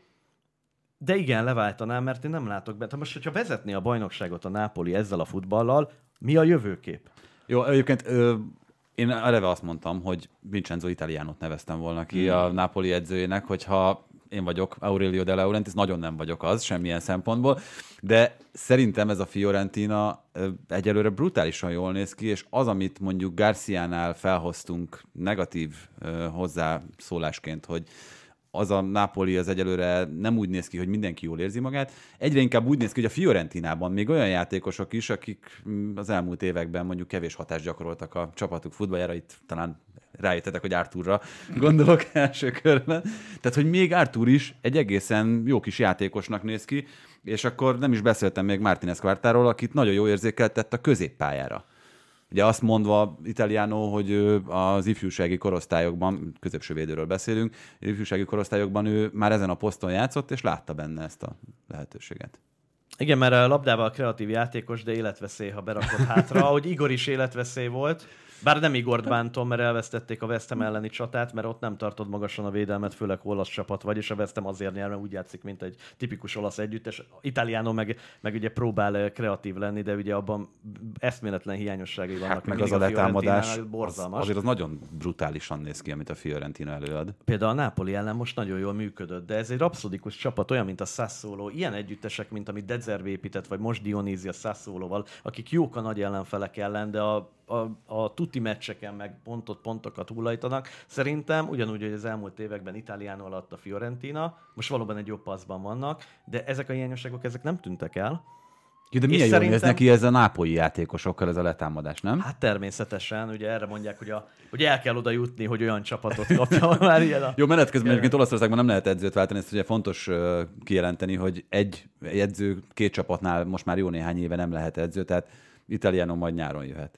De igen, leváltanám, mert én nem látok be. Most, hogyha vezetné a bajnokságot a Napoli ezzel a futballal, mi a jövőkép? Jó, egyébként ö, én eleve azt mondtam, hogy Vincenzo Italianot neveztem volna ki hmm. a Napoli edzőjének, hogyha én vagyok Aurelio De Laurentiis, nagyon nem vagyok az, semmilyen szempontból, de szerintem ez a Fiorentina ö, egyelőre brutálisan jól néz ki, és az, amit mondjuk Garciánál felhoztunk negatív ö, hozzászólásként, hogy az a Napoli az egyelőre nem úgy néz ki, hogy mindenki jól érzi magát. Egyre inkább úgy néz ki, hogy a Fiorentinában még olyan játékosok is, akik az elmúlt években mondjuk kevés hatást gyakoroltak a csapatuk futballjára, itt talán rájöttetek, hogy Arthurra gondolok első körben. Tehát, hogy még Arthur is egy egészen jó kis játékosnak néz ki, és akkor nem is beszéltem még Martinez Quartáról, akit nagyon jó érzékeltett a középpályára. Ugye azt mondva Italiano, hogy az ifjúsági korosztályokban, középső védőről beszélünk, az ifjúsági korosztályokban ő már ezen a poszton játszott, és látta benne ezt a lehetőséget. Igen, mert a labdával kreatív játékos, de életveszély, ha berakod hátra, ahogy Igor is életveszély volt. Bár nem Igort bántom, mert elvesztették a West Ham elleni csatát, mert ott nem tartod magasan a védelmet, főleg olasz csapat vagy, és a West Ham azért nyer, mert úgy játszik, mint egy tipikus olasz együttes. Italiano meg, meg ugye próbál kreatív lenni, de ugye abban eszméletlen hiányosságai vannak. Hát meg az a letámadás, az, azért az nagyon brutálisan néz ki, amit a Fiorentina előad. Például a Napoli ellen most nagyon jól működött, de ez egy rapszodikus csapat, olyan, mint a Sassuolo, ilyen együttesek, mint amit De Zerbi épített, vagy most Dionisi a Sassuolóval, akik jók a nagy ellenfelek ellen, de a A, a tuti meccseken meg pontot, pontokat hullajtanak. Szerintem ugyanúgy, hogy az elmúlt években Italiano alatt a Fiorentina, most valóban egy jobb passzban vannak, de ezek a hiányosságok ezek nem tűntek el. Jó, de milyen jól néz neki ez a nápolyi játékosokkal, ez a letámadás, nem? Hát természetesen, ugye erre mondják, hogy, a, hogy el kell oda jutni, hogy olyan csapatot kapja már ilyen a... Jó, menet közben egyébként Olaszországban nem lehet edzőt váltani, ezt ugye fontos uh, kijelenteni, hogy egy edző két csapatnál most már jó néhány éve nem lehet edző, tehát Italiano majd nyáron jöhet.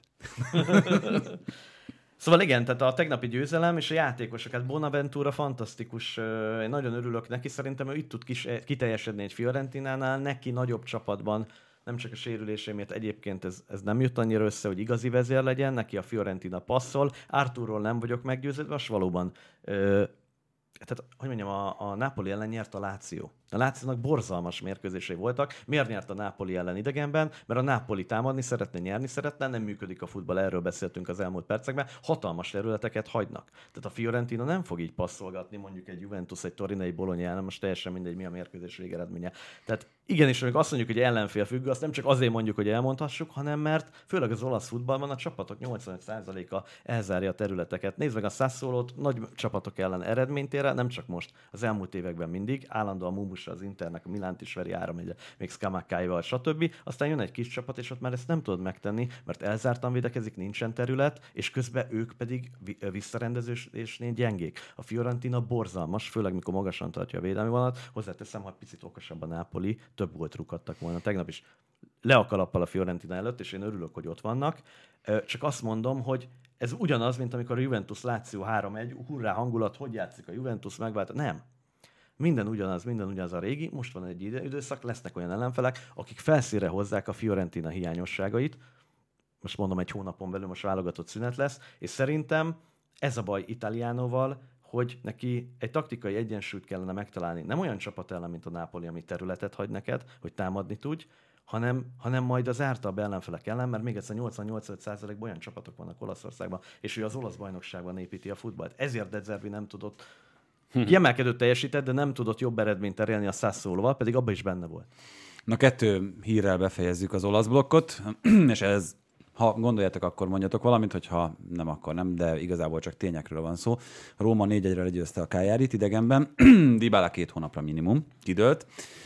Szóval igen, tehát a tegnapi győzelem és a játékosok, hát Bonaventura fantasztikus, én nagyon örülök neki, szerintem ő itt tud kis, kiteljesedni egy Fiorentinánál, neki nagyobb csapatban, nem csak a sérüléséért, egyébként ez, ez nem jött annyira össze, hogy igazi vezér legyen, neki a Fiorentina passzol, Arturról nem vagyok meggyőződve, és valóban, ö, tehát hogy mondjam, a, a Napoli ellen nyert a Lazio. A Lációnak borzalmas mérkőzései voltak. Miért nyert a Napoli ellen idegenben? Mert a Napoli támadni szeretne, nyerni szeretne, nem működik a futball, erről beszéltünk az elmúlt percekben, hatalmas területeket hagynak. Tehát a Fiorentina nem fog így passzolgatni mondjuk egy Juventus, egy Torino, egy Bologna, most teljesen mindegy, mi a mérkőzés végeredménye. Tehát igenis, amikor azt mondjuk, hogy ellenfél függő, azt nem csak azért mondjuk, hogy elmondhassuk, hanem mert főleg az olasz futballban a csapatok nyolcvanöt százaléka elzárja a területeket. Nézd meg a Sassuolót, nagy csapatok ellen eredményt ér el, nem csak most, az elmúlt években mindig, állandóan Mumusa az Internek, a Milánt is veri áram, még Scamacca-val, stb. Aztán jön egy kis csapat, és ott már ezt nem tudod megtenni, mert elzártan védekezik, nincsen terület, és közben ők pedig visszarendezésnél gyengék. A Fiorentina borzalmas, főleg mikor magasan tartja a védelmi vonalat. Hozzáteszem, ha picit okosabb a Napoli, több gólt rúghattak volna. Tegnap is le a kalappal a Fiorentina előtt, és én örülök, hogy ott vannak. Csak azt mondom, hogy ez ugyanaz, mint amikor a Juventus Lazio három egy, hurrá hangulat, hogy játszik a Juventus, megvált. Nem. Minden ugyanaz, minden ugyanaz a régi, most van egy időszak, lesznek olyan ellenfelek, akik felszínre hozzák a Fiorentina hiányosságait. Most mondom, egy hónapon belül most válogatott szünet lesz, és szerintem ez a baj Italianoval, hogy neki egy taktikai egyensúlyt kellene megtalálni. Nem olyan csapat ellen, mint a Napoli, ami területet hagy neked, hogy támadni tudj, hanem, hanem majd az ártabb ellenfelek ellen, mert még egyszer nyolcvan-nyolcvanöt százalékban olyan csapatok vannak Olaszországban, és ő az olasz bajnokságban építi a futballt. Ezért De Zerbi nem tudott kiemelkedőt teljesített, de nem tudott jobb eredményt elérni a Sassuolóval, pedig abban is benne volt. Na, kettő hírrel befejezzük az olasz blokkot, és ez, ha gondoljátok, akkor mondjatok valamit, hogyha nem, akkor nem, de igazából csak tényekről van szó. Róma négy egyre legyőzte a Cagliarit idegenben, Dybala két hónapra minimum kidőlt,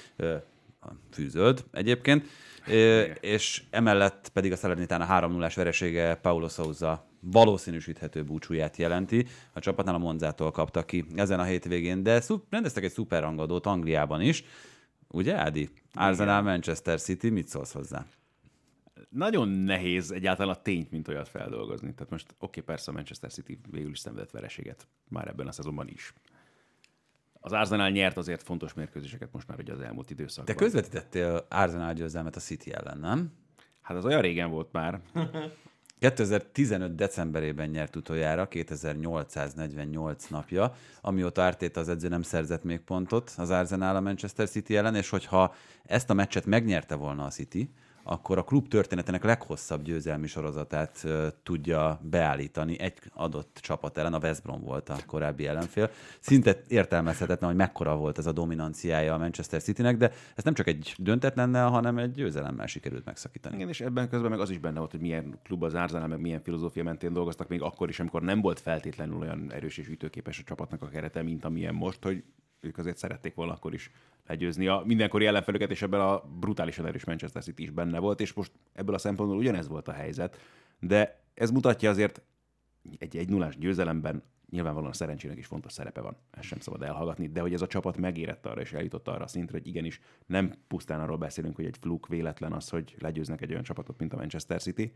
fűzöld egyébként, és emellett pedig a Salernitana három nullás veresége Paulo Sousa valószínűsíthető búcsúját jelenti. A csapatnál a Monzától kapta ki ezen a hétvégén, de rendeztek egy szuperrangadót Angliában is. Ugye, Ádi? Arsenal, Manchester City, mit szólsz hozzá? Nagyon nehéz egyáltalán a tényt, mint olyat feldolgozni. Tehát most oké, okay, persze a Manchester City végül is szenvedett vereséget már ebben a szezonban is. Az Arsenal nyert azért fontos mérkőzéseket most már ugye az elmúlt időszakban. Te közvetítettél Arsenal győzelmet a City ellen, nem? Hát az olyan régen volt már. kétezer-tizenöt decemberében nyert utoljára, kétezer-nyolcszáznegyvennyolc napja, amióta Arteta az edző nem szerzett még pontot az Arsenal a Manchester City ellen, és hogyha ezt a meccset megnyerte volna a City, akkor a klub történetének leghosszabb győzelmi sorozatát uh, tudja beállítani egy adott csapat ellen. A West Brom volt a korábbi ellenfél. Szinte értelmezhetetlen, hogy mekkora volt ez a dominanciája a Manchester Citynek, de ez nem csak egy döntetlennel, hanem egy győzelemmel sikerült megszakítani. Igen, és ebben közben meg az is benne volt, hogy milyen klub az Arsenal, meg milyen filozófia mentén dolgoztak még akkor is, amikor nem volt feltétlenül olyan erős és ütőképes a csapatnak a kerete, mint amilyen most, hogy ők azért szerették volna akkor is legyőzni a mindenkori ellenfelüket, és ebben a brutálisan erős Manchester City is benne volt, és most ebből a szempontból ugyanez volt a helyzet, de ez mutatja azért egy egy nullás győzelemben nyilvánvalóan a szerencsének is fontos szerepe van, ezt sem szabad elhallgatni, de hogy ez a csapat megérett arra, és eljutott arra a szintre, hogy igenis nem pusztán arról beszélünk, hogy egy fluk véletlen az, hogy legyőznek egy olyan csapatot, mint a Manchester City.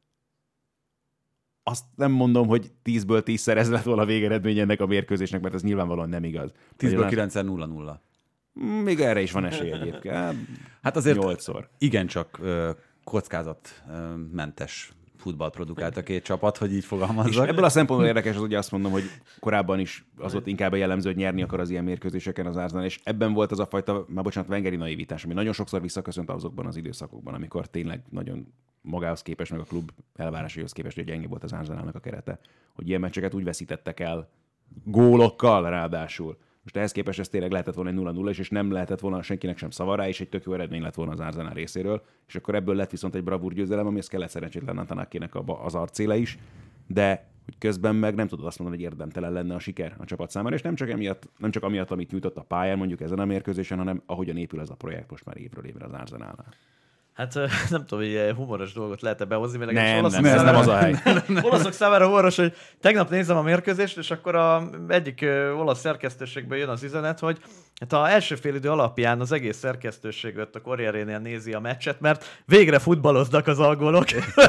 Azt nem mondom, hogy tízből tízszer ez lett volna a végeredmény ennek a mérkőzésnek, mert ez nyilvánvalóan nem igaz. tízből kilencszer nulla nulla. Még erre is van esély egyébként. Hát azért nyolcszor. Igencsak kockázatmentes futballt produkált a két csapat, hogy így fogalmazzak. És ebből a szempontból érdekes az, ugye azt mondom, hogy korábban is az ott inkább a jellemző, hogy nyerni akar az ilyen mérkőzéseken az Arsenal, és ebben volt az a fajta, már bocsánat, Wengeri naivitás, ami nagyon sokszor visszaköszönt azokban az időszakokban, amikor tényleg nagyon magához képest, meg a klub elvárásaihoz képest, hogy gyenge volt az Arsenalnak a kerete, hogy ilyen meccseket úgy veszítettek el gólokkal ráadásul. Most ehhez képest ez tényleg lehetett volna egy nulla nulla, és nem lehetett volna senkinek sem szavará, és egy tök jó eredmény lett volna az Arsenal részéről, és akkor ebből lett viszont egy bravúr győzelem, amihez kellett szerencsétlen Natanakének az arcéle is, de hogy közben meg nem tudod azt mondani, hogy érdemtelen lenne a siker a csapat számára, és nem csak emiatt, nem csak amiatt, amit nyújtott a pályán mondjuk ezen a mérkőzésen, hanem ahogyan épül ez a projekt most már évről évre az Arsenalnál. Hát nem tudom, hogy ilyen humoros dolgot lehet-e behozni, mert Nem, olaszok nem, ez számára, nem az a hely. olaszok számára humoros, hogy tegnap nézem a mérkőzést, és akkor a egyik ö, olasz szerkesztőségből jön az üzenet, hogy hát a első félidő alapján az egész szerkesztőség ott a Corriere-nél nézi a meccset, mert végre futballoznak az angolok,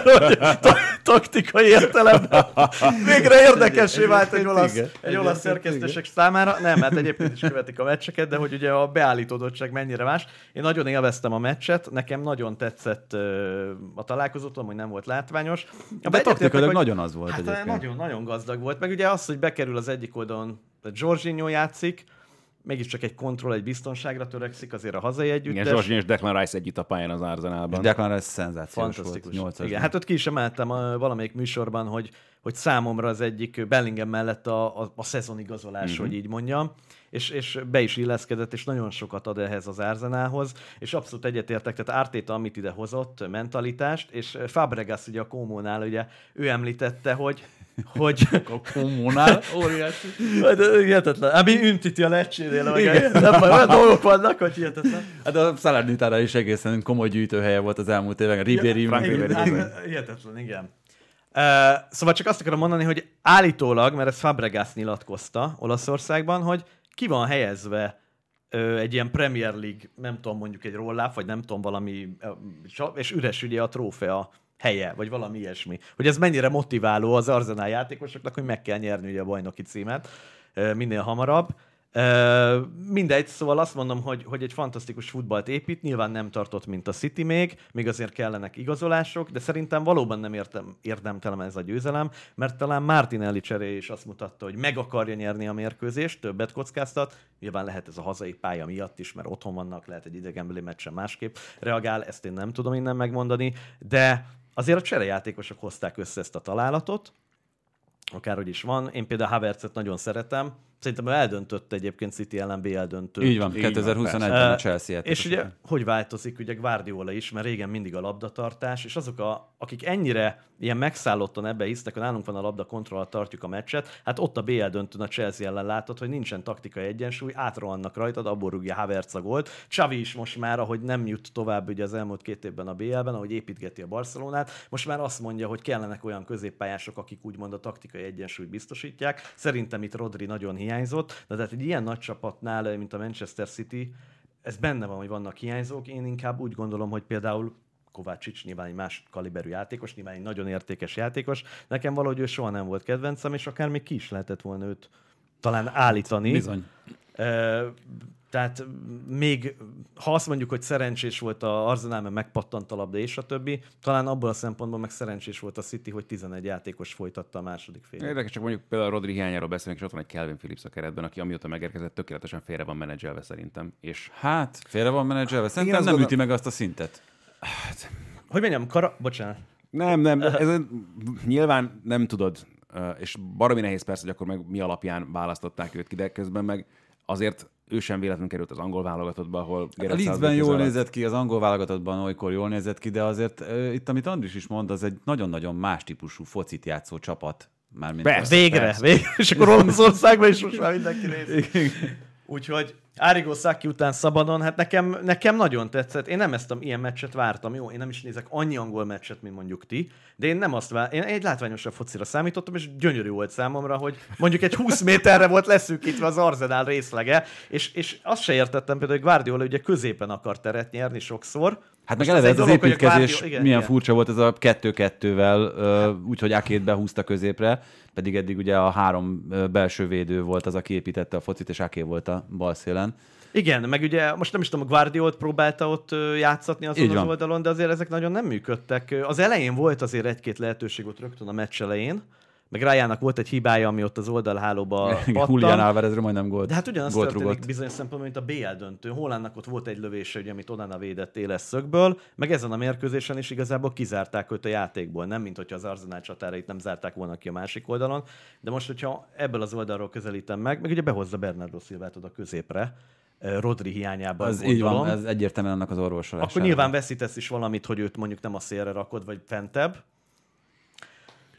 taktikai értelemben. Végre érdekessé vált egy olasz, egy olasz szerkesztőség számára. Nem, hát egyébként is követik a meccseket, de hogy ugye a beállítódottság mennyire más. Én nagyon élveztem a meccset, nekem nagyon tetszett a találkozótól, hogy nem volt látványos. De taktikailag nagyon az volt hát egyébként. Nagyon, nagyon gazdag volt. Meg ugye az, hogy bekerül az egyik oldalon, Jorginho játszik, mégiscsak egy kontroll, egy biztonságra törekszik azért a hazai együttes. Igen, Jorginho és Declan Rice együtt a pályán az Arsenalban. Declan Rice szenzációs Fantasztikus. volt. Igen, hát ott ki is emeltem a, valamelyik műsorban, hogy, hogy számomra az egyik Bellingham mellett a, a, a szezonigazolás, mm-hmm. hogy így mondjam, és, és be is illeszkedett, és nagyon sokat ad ehhez az Arsenalhoz, és abszolút egyetértek, tehát Arteta, amit ide hozott, mentalitást, és Fabregas ugye a Comónál, ugye ő említette, hogy hogy... A Comónál? Óriási. Hihetetlen. Hát mi üntiti a lecsénél, meg nem, olyan dolgok vannak, hogy hihetetlen. Hát a Salernitana is egészen komoly gyűjtőhelye volt az elmúlt években. Ribéry, Frank Ribéry. Hihetetlen, igen. Uh, szóval csak azt akarom mondani, hogy állítólag, mert ez Fabregas nyilatkozta Olaszországban, hogy ki van helyezve uh, egy ilyen Premier League, nem tudom, mondjuk egy roll-up, vagy nem tudom, valami, uh, és üres ugye a trófea helye, vagy valami ilyesmi. Hogy ez mennyire motiváló az Arsenal játékosoknak, hogy meg kell nyerni ugye a bajnoki címet uh, minél hamarabb. Uh, mindegy, szóval azt mondom, hogy, hogy egy fantasztikus futballt épít, nyilván nem tartott, mint a City még, még azért kellenek igazolások, de szerintem valóban nem értem, érdemtelen ez a győzelem, mert talán Martinelli cseréje is azt mutatta, hogy meg akarja nyerni a mérkőzést, többet kockáztat, nyilván lehet ez a hazai pálya miatt is, mert otthon vannak, lehet egy idegenbeli meccsen másképp reagál, ezt én nem tudom innen megmondani, de azért a cserejátékosok hozták össze ezt a találatot, akárhogy is van. Én például Havertzet nagyon szeretem. Szerintem ő eldöntött egyébként City ellen bé el döntőt. Így van, kétezer-huszonegyben a Chelsea játékos. És ugye, hogy változik ugye Guardiola is, mert régen mindig a labdatartás, és azok, a, akik ennyire ilyen megszállottan ebbe hisznek, hogy nálunk van a labda, kontrollat tartjuk a meccset, hát ott a bé el döntőn a Chelsea ellen látod, hogy nincsen taktikai egyensúly, átrohannak rajtad, abból rúgja Havertz a gólt. Xavi is most már, ahogy nem jut tovább ugye az elmúlt két évben a bé el-ben, ahogy építgeti a Barcelonát, most már azt mondja, hogy kellenek olyan középpályások, akik úgymond a taktikai egyensúlyt biztosítják. Szerintem itt Rodri nagyon hiányzott, de tehát egy ilyen nagy csapatnál, mint a Manchester City, ez benne van, hogy vannak hiányzók. Én inkább úgy gondolom, hogy például Kovácsics nyilván egy más kaliberű játékos, nyilván egy nagyon értékes játékos. Nekem valahogy ő soha nem volt kedvencem, és akár még ki is lehetett volna őt talán állítani. Bizony. E, tehát még, ha azt mondjuk, hogy szerencsés volt a Arsenal, mert megpattant a labda és a többi, talán abból a szempontból meg szerencsés volt a City, hogy tizenegy játékos folytatta a második fél. Érdekes, csak mondjuk például Rodri hiányáról beszélünk, és ott van egy Calvin Phillips a keretben, aki amióta megérkezett, tökéletesen félre van menedzselve szerintem. És hát, félre van menedzselve? Szerintem igen, nem gondol... üti meg azt a szintet. Hát... Hogy mondjam, kara... Bocsánat. Nem, nem, ez, nyilván nem tudod, és baromi nehéz persze, hogy akkor meg mi alapján választották őt ki, de közben meg azért ő sem véletlenül került az angol válogatottba, ahol... Hát a Leedsben jól nézett ki, az angol válogatottban olykor jól nézett ki, de azért uh, itt, amit Andris is mond, az egy nagyon-nagyon más típusú focit játszó csapat. Mármint persze, végre, persze. végre, és akkor Olaszországban is most már mindenki néz. Úgyhogy Arrigo Sacchi után szabadon, hát nekem, nekem nagyon tetszett. Én nem ezt a ilyen meccset vártam, jó? Én nem is nézek annyi angol meccset, mint mondjuk ti, de én nem azt vártam. Én egy látványosabb focira számítottam, és gyönyörű volt számomra, hogy mondjuk egy húsz méterre volt leszűkítve az Arsenal részlege, és, és azt se értettem például, hogy Guardiola ugye középen akar teret nyerni sokszor. Hát meg eleve ez az építkezés, Guardio... igen, milyen igen. furcsa volt ez a kettő-kettővel, úgyhogy Akét behúzta középre, pedig eddig ugye a három belső védő volt az, aki építette a focit, és Aké volt a bal szélen. Igen, meg ugye most nem is tudom, a Guardiolt próbálta ott játszatni azon az oldalon, de azért ezek nagyon nem működtek. Az elején volt azért egy-két lehetőség ott rögtön a meccs elején, meg Rájának volt egy hibája, ami ott az oldalhálóba pattan. Julián Álvarezről majdnem gólt. De hát ugyanazt gólt történik rugott. bizonyos szempontból, mint a bé el döntő. Hollandnak ott volt egy lövése, ugye, amit Onana védett éles szögből, meg ezen a mérkőzésen is igazából kizárták őt a játékból. Nem, mint hogyha az Arsenal csatárait nem zárták volna ki a másik oldalon. De most, hogyha ebből az oldalról közelítem meg, meg ugye behozza Bernardo Silvát oda középre, Rodri hiányában. Az így van, ez egyértelműen annak az orvosolására. Akkor nyilván veszítesz is valamit, hogy őt mondjuk nem a szélre rakod, vagy fentebb.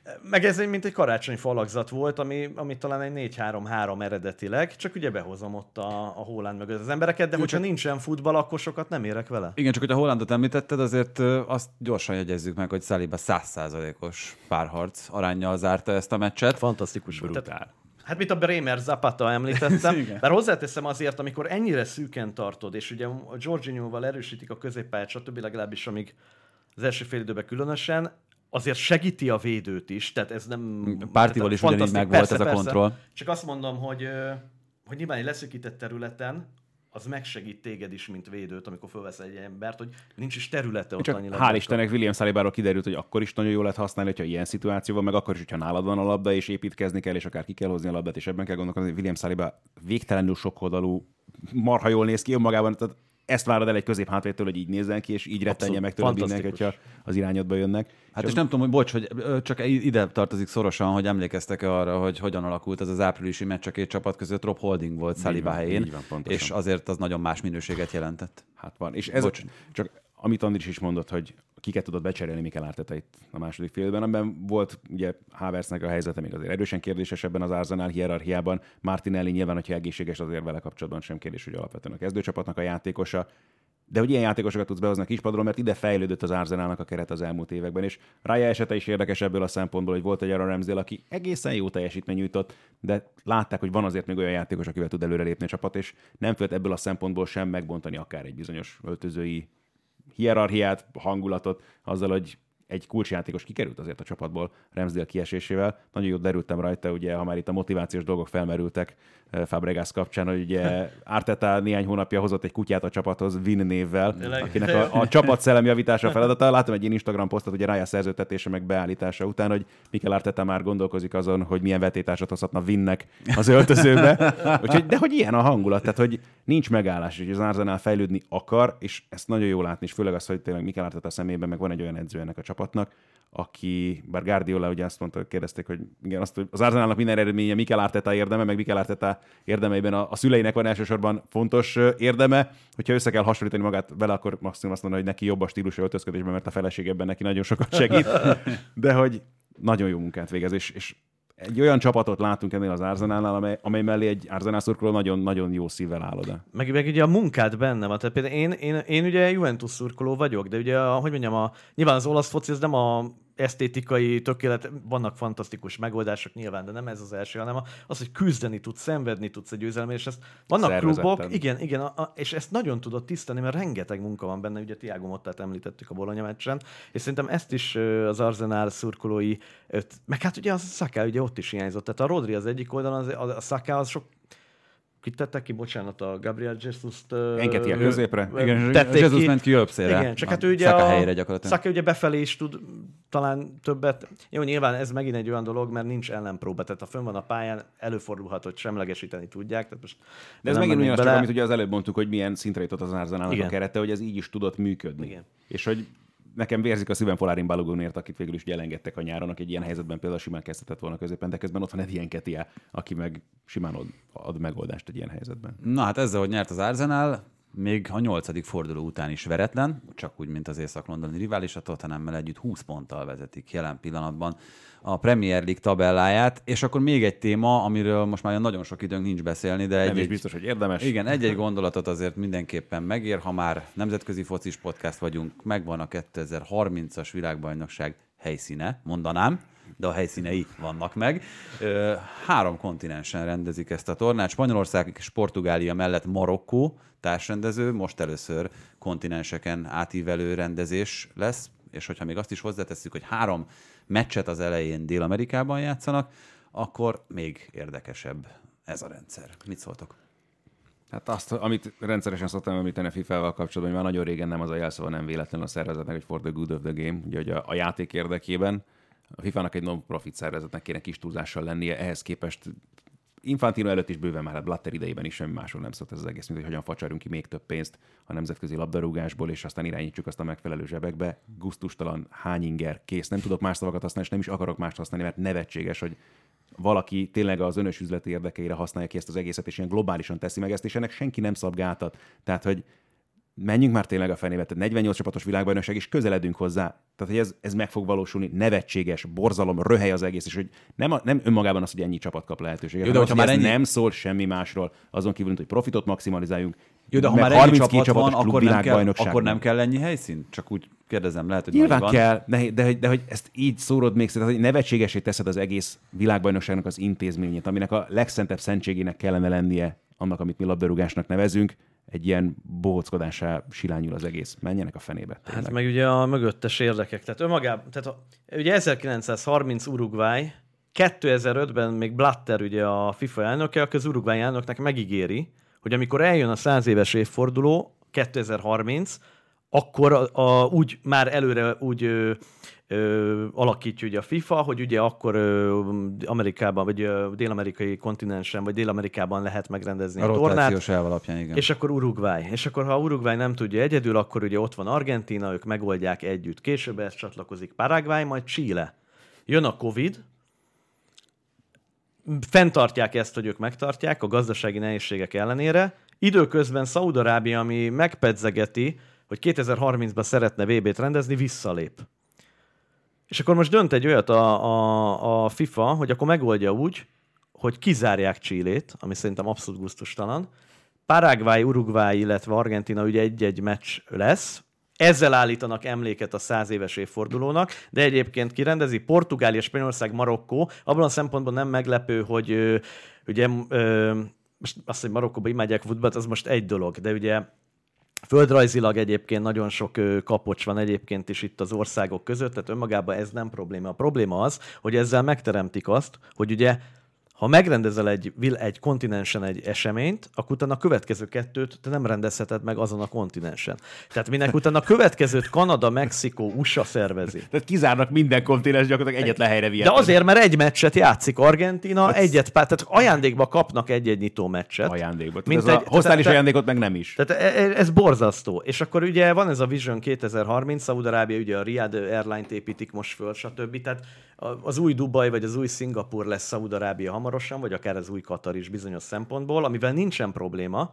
Meg ez egy, mint egy karácsonyfa alakzat volt, ami, ami talán egy négy három három eredetileg, csak ugye behozom ott a, a Haaland mögött az embereket, de hogyha nincsen futball, akkor sokat nem érek vele. Igen, csak hogy a Haalandot említetted, azért azt gyorsan jegyezzük meg, hogy Saliba száz százalékos párharc aránnyal zárta ezt a meccset. Fantasztikus. Brutál. Tehát, hát mint a Bremer Zapata említettem, mert hozzáteszem azért, amikor ennyire szűken tartod, és ugye a Jorginho-val erősítik a középpályát, stb. Legalábbis amíg az első fél időben különösen, azért segíti a védőt is, tehát ez nem... Pártival is ugyanígy meg volt ez a kontroll. Csak azt mondom, hogy, hogy nyilván egy leszűkített területen az megsegít téged is, mint védőt, amikor fölvesz egy embert, hogy nincs is területe ott csak annyira. Hál' Istennek William Salibáról kiderült, hogy akkor is nagyon jól lehet használni, hogyha ilyen szituáció van, meg akkor is, hogyha nálad van a labda, és építkezni kell, és akár ki kell hozni a labdát, és ebben kell gondolkozni, hogy William Saliba végtelenül sokoldalú, marha jól néz ki önmagában, tehát ezt várod el egy középhátvédtől, hogy így nézzen ki, és így rettenje meg tőled mindenki, hogyha az irányodba jönnek. Hát és, és nem tudom, hogy bocs, hogy csak ide tartozik szorosan, hogy emlékeztek-e arra, hogy hogyan alakult ez az áprilisi meccs a két csapat között. Rob Holding volt Saliba helyén, van, és azért az nagyon más minőséget jelentett. Hát van. És ez bocs. Csak amit Andris is mondott, hogy kiket tudott becserélni Mikel Arteta itt a második félben, amiben volt ugye Havertznek a helyzete még azért erősen kérdéses ebben az Arsenal hierarchiában. Martinelli nyilván, hogyha egészséges, azért vele kapcsolatban sem kérdés, hogy alapvetően a kezdőcsapatnak a játékosa. De hogy ilyen játékosokat tudsz behozni a kispadról, mert ide fejlődött az Arsenalnak a keret az elmúlt években, és Raya esete is érdekes ebből a szempontból, hogy volt egy Aaron Ramsdale, aki egészen jó teljesítmény nyújtott, de látták, hogy van azért még olyan játékos, akivel tud előrelépni a csapat, és nem félt ebből a szempontból sem megbontani akár egy bizonyos öltözői hierarchiát, hangulatot, azzal, hogy egy kulcsjátékos kikerült azért a csapatból Ramsdale kiesésével. Nagyon jót derültem rajta, ugye, ha már itt a motivációs dolgok felmerültek Fabregas kapcsán, hogy ugye Arteta néhány hónapja hozott egy kutyát a csapathoz Vin névvel, akinek a, a csapat szellem javítása feladata. Látom egy ilyen Instagram posztot, ugye Raya szerződtetése meg beállítása után, hogy Mikel Arteta már gondolkozik azon, hogy milyen vetétársat hozhatna Vinnek az öltözőbe. Úgyhogy, de hogy ilyen a hangulat, tehát hogy nincs megállás, hogy az Arsenal fejlődni akar, és ezt nagyon jól látni, és főleg az, hogy tényleg Mikel Arteta szemében meg van egy olyan edző ennek a csapatnak, aki, bár Guardiola ugye azt mondta, kérdezték, hogy igen, azt, hogy az Arsenalnak minden eredménye Mikel Arteta érdeme, meg Mikel Arteta érdemeiben a, a szüleinek van elsősorban fontos érdeme. Hogyha össze kell hasonlítani magát vele, akkor maximum azt mondani, hogy neki jobb a stílusa öltözködésben, mert a feleség ebben neki nagyon sokat segít. De hogy nagyon jó munkát végez, és, és egy olyan csapatot látunk ennél az Arsenalnál, amely, amely mellé egy Arsenal szurkoló nagyon-nagyon jó szívvel áll oda. Meg, meg ugye a munkát benne van. Tehát például én, én, én ugye Juventus szurkoló vagyok, de ugye, a, hogy mondjam, a, nyilván az olasz foci, ez nem a esztétikai tökélet, vannak fantasztikus megoldások nyilván, de nem ez az első, hanem az, hogy küzdeni tudsz, szenvedni tudsz egy győzelemért, és ezt vannak klubok, igen, igen, a, a, és ezt nagyon tudod tisztani, mert rengeteg munka van benne, ugye Thiago Mottát említettük a Bologna meccsen, és szerintem ezt is az Arsenal szurkolói, meg hát ugye a Saka ugye ott is hiányzott, tehát a Rodri az egyik oldalon, az, a, a Saka az sok. Kit tettek ki, bocsánat, a Gabriel Jesus-t... Engedti a középre. Igen, Jesus ki. ment ki jobb szélre. Igen, csak hát ő ugye Saka a... helyére gyakorlatilag. Saka ugye befelé is tud talán többet. Jó, nyilván ez megint egy olyan dolog, mert nincs ellenpróba. Tehát ha fönn van a pályán, előfordulhat, hogy semlegesíteni tudják. Tehát most de ez megint ugyanaz, csak amit ugye az előbb mondtuk, hogy milyen szintre jutott az Arsenalnak a kerete, hogy ez így is tudott működni. Igen. És hogy nekem vérzik a szívem Folarin Balogunért, akit végül is elengedtek a nyáron, aki egy ilyen helyzetben például simán kezdhetett volna középen, de közben ott van egy ilyen Ketia, aki meg simán ad, ad megoldást egy ilyen helyzetben. Na hát ezzel, hogy nyert az Arsenal, még a nyolcadik forduló után is veretlen, csak úgy, mint az észak-londoni rivális, a Tottenhammel együtt húsz ponttal vezetik jelen pillanatban a Premier League tabelláját, és akkor még egy téma, amiről most már nagyon sok időnk nincs beszélni, de egy, nem is biztos, hogy érdemes. Igen, egy-egy gondolatot azért mindenképpen megér, ha már nemzetközi focis podcast vagyunk, megvan a kétezer-harmincas világbajnokság helyszíne, mondanám, de a helyszínei vannak meg. Három kontinensen rendezik ezt a tornát. Spanyolország és Portugália mellett Marokkó társrendező, most először kontinenseken átívelő rendezés lesz, és hogyha még azt is hozzátesszük, hogy három meccset az elején Dél-Amerikában játszanak, akkor még érdekesebb ez a rendszer. Mit szóltok? Hát azt, amit rendszeresen szoktam említeni a fifával kapcsolatban, hogy már nagyon régen nem az a jelszava, nem véletlenül a szervezetnek, hogy for the good of the game, ugye, hogy a, a játék érdekében. A fifának egy non-profit szervezetnek kéne kis túlzással lennie, ehhez képest Infantino előtt is bőven már, hát Blatter idejében is semmi máshol nem szólt ez az egész, mint hogy hogyan facsarjunk ki még több pénzt a nemzetközi labdarúgásból, és aztán irányítsuk azt a megfelelő zsebekbe. Gusztustalan, hányinger, kész. Nem tudok más szavakat használni, és nem is akarok mást használni, mert nevetséges, hogy valaki tényleg az önös üzleti érdekeire használja ki ezt az egészet, és ilyen globálisan teszi meg ezt, és ennek senki nem szab gátat. Tehát, hogy menjünk már tényleg a fenébe, tehát negyvennyolc csapatos világbajnokság, és közeledünk hozzá. Tehát, hogy ez, ez meg fog valósulni, nevetséges, borzalom, röhely az egész, és hogy nem, a, nem önmagában az, hogy ennyi csapat kap lehetőséget. Jó, de hogyha már ennyi... nem szól semmi másról, azon kívül, hogy profitot maximalizáljunk. Jó, de ha már ennyi csapat van, akkor nem, kell, akkor nem kell ennyi helyszín? Csak úgy kérdezem, lehet, hogy nyilván van. kell, de, de, de, de hogy ezt így szórod még, hogy nevetségesé teszed az egész világbajnokságnak az intézményét, aminek a legszentebb szentségének kellene lennie annak, amit mi labdarúgásnak nevezünk, egy ilyen bohóckodásá silányul az egész. Menjenek a fenébe. Tényleg. Hát meg ugye a mögöttes érdekek. Tehát önmagában, tehát a, ugye ezerkilencszázharminc Uruguay, kétezer-ötben még Blatter ugye a FIFA elnöke, aki az Uruguay elnöknek megígéri, hogy amikor eljön a száz éves évforduló, kétezer-harminc, akkor a, a, úgy már előre úgy ö, ö, alakítja ugye a FIFA, hogy ugye akkor ö, Amerikában, vagy ö, dél-amerikai kontinensen, vagy Dél-Amerikában lehet megrendezni a, a tornát. Rotációs elv alapján, igen. És akkor Uruguay. És akkor ha Uruguay nem tudja egyedül, akkor ugye ott van Argentína, ők megoldják együtt. Később ezt csatlakozik Paraguay, majd Chile. Jön a Covid, fenntartják ezt, hogy ők megtartják a gazdasági nehézségek ellenére. Időközben Szaúd-Arábia, ami megpedzegeti, hogy kétezer-harmincban szeretne vé bét rendezni, visszalép. És akkor most dönt egy olyat a, a, a FIFA, hogy akkor megoldja úgy, hogy kizárják Chilét, ami szerintem abszolút gusztustalan. Paraguay, Uruguay, illetve Argentína ugye egy-egy meccs lesz. Ezzel állítanak emléket a száz éves évfordulónak, de egyébként kirendezi Portugália, Spanyolország, Marokkó. Abban a szempontból nem meglepő, hogy ö, ugye ö, most azt, hogy Marokkóban imádják a futballt, az most egy dolog, de ugye földrajzilag egyébként nagyon sok ö, kapocs van egyébként is itt az országok között, tehát önmagában ez nem probléma. A probléma az, hogy ezzel megteremtik azt, hogy ugye ha megrendezel egy, egy kontinensen egy eseményt, akkor utána a következő kettőt te nem rendezheted meg azon a kontinensen. Tehát minek utána a következőt Kanada, Mexikó, u es á szervezi. Tehát kizárnak minden kontinens, gyakorlatilag egyetlen helyre vihet. De azért, mert egy meccset játszik Argentína, ez... egyet, tehát ajándékba kapnak egy-egy nyitó meccset. Ajándékba. Mint egy, hoztál is ajándékot, meg nem is. Tehát ez borzasztó. És akkor ugye van ez a Vision kétezer-harminc, Szaúd-Arábia ugye a Riyadh Airline-t építik most föl, stb. Tehát az új Dubaj vagy az új Szingapur lesz Szaúd-Arábia hamarosan, vagy akár az új Katar is bizonyos szempontból, amivel nincsen probléma.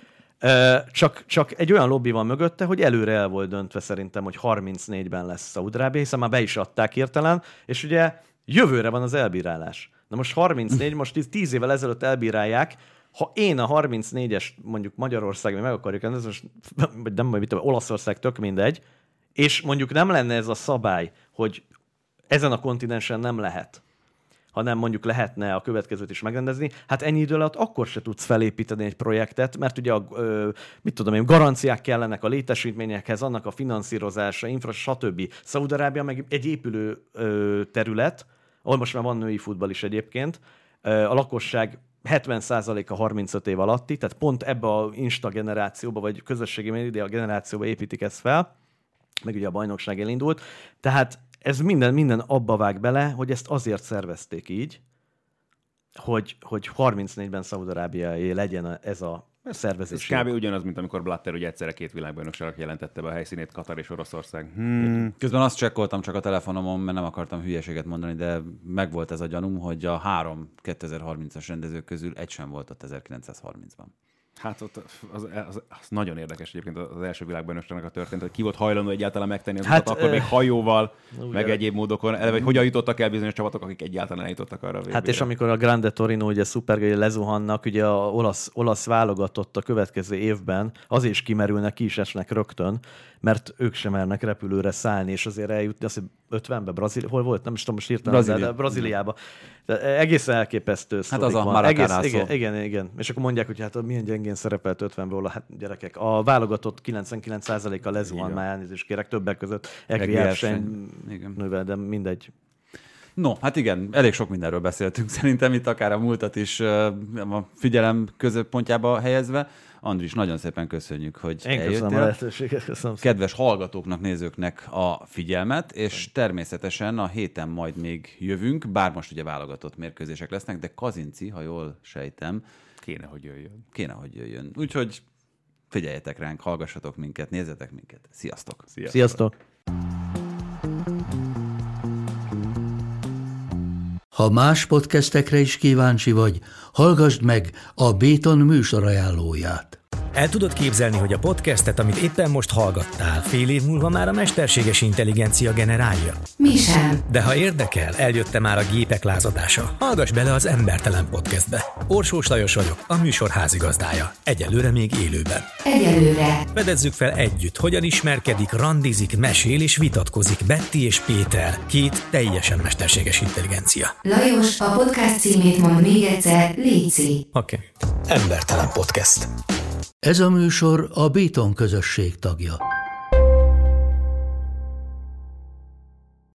Csak, csak egy olyan lobby van mögötte, hogy előre el volt döntve szerintem, hogy harmincnégyben lesz Szaúd-Arábia, hiszen már be is adták hirtelen, és ugye jövőre van az elbírálás. Na most harmincnégy, most tíz évvel ezelőtt elbírálják, ha én a harmincnégyes mondjuk Magyarországon meg akarjuk rendezni, most nem majd mit tudom, Olaszország, tök mindegy, és mondjuk nem lenne ez a szabály, hogy ezen a kontinensen nem lehet, hanem mondjuk lehetne a következőt is megrendezni, hát ennyi idő alatt akkor se tudsz felépíteni egy projektet, mert ugye a, ö, mit tudom én, garanciák kellenek a létesítményekhez, annak a finanszírozása, infra, stb. Szaúd-Arábia meg egy épülő ö, terület, ahol most már van női futball is egyébként, ö, a lakosság hetven százaléka harmincöt év alatti, tehát pont ebbe a Insta generációba, vagy közösségi média generációba építik ezt fel, meg ugye a bajnokság elindult, tehát ez minden, minden abba vág bele, hogy ezt azért szervezték így, hogy, hogy harmincnégyben Szaúd-Arábiaé legyen ez a szervezés. Ez kb. Ugyanaz, mint amikor Blatter ugye egyszerre két világbajnokságnak jelentette be a helyszínét, Katar és Oroszország. Hmm. Közben azt csekkoltam csak a telefonomon, mert nem akartam hülyeséget mondani, de megvolt ez a gyanúm, hogy a három kétezer-harmincas rendezők közül egy sem volt ott ezerkilencszázharmincban. Hát ott az, az, az nagyon érdekes egyébként az első világbajnokságnak a történet, hogy ki volt hajlandó egyáltalán megtenni azokat, hát, akkor még hajóval, uh, meg egyéb módokon, eleve, hogyan jutottak el bizonyos csapatok, akik egyáltalán eljutottak arra a végére. Hát és amikor a Grande Torino, ugye Superga lezuhannak, ugye a olasz, olasz válogatott a következő évben, azért is kimerülnek, ki is esnek rögtön, mert ők sem mernek repülőre szállni, és azért eljutni, azt hiszem ötvenbe, Brazília, hol volt? Nem is tudom, most írtam, Brazília. de Brazíliába. De egészen elképesztő hát az a van. Egész, igen, igen, igen. És akkor mondják, hogy hát milyen gyengén szerepelt ötvenből, hát gyerekek, a válogatott kilencvenkilenc százaléka lezuhan, már elnézést kérek, többek között Egri Erseny nővel, de mindegy. No, hát igen, elég sok mindenről beszéltünk szerintem itt, akár a múltat is a figyelem középpontjába helyezve. Andris, nagyon szépen köszönjük, hogy Én eljöttél. köszönöm a lehetőséget, köszönöm szépen. Kedves hallgatóknak, nézőknek a figyelmet, és természetesen a héten majd még jövünk, bár most ugye válogatott mérkőzések lesznek, de Kazinci, ha jól sejtem, kéne, hogy jöjjön. Kéne, hogy jöjjön. Úgyhogy figyeljetek ránk, hallgassatok minket, nézzetek minket. Sziasztok! Sziasztok! Sziasztok. Ha más podcastekre is kíváncsi vagy, hallgassd meg a Béton műsor ajánlóját. El tudod képzelni, hogy a podcastet, amit éppen most hallgattál, fél év múlva már a mesterséges intelligencia generálja? Mi sem. De ha érdekel, eljött már a gépek lázadása. Hallgass bele az Embertelen Podcastbe. Orsós Lajos vagyok, a műsor házigazdája. Egyelőre még élőben. Egyelőre. Fedezzük fel együtt, hogyan ismerkedik, randizik, mesél és vitatkozik Betty és Péter, két teljesen mesterséges intelligencia. Lajos, a podcast címét mond még egyszer, léci. Oké. Okay. Embertelen Podcast. Ez a műsor a Béton közösség tagja.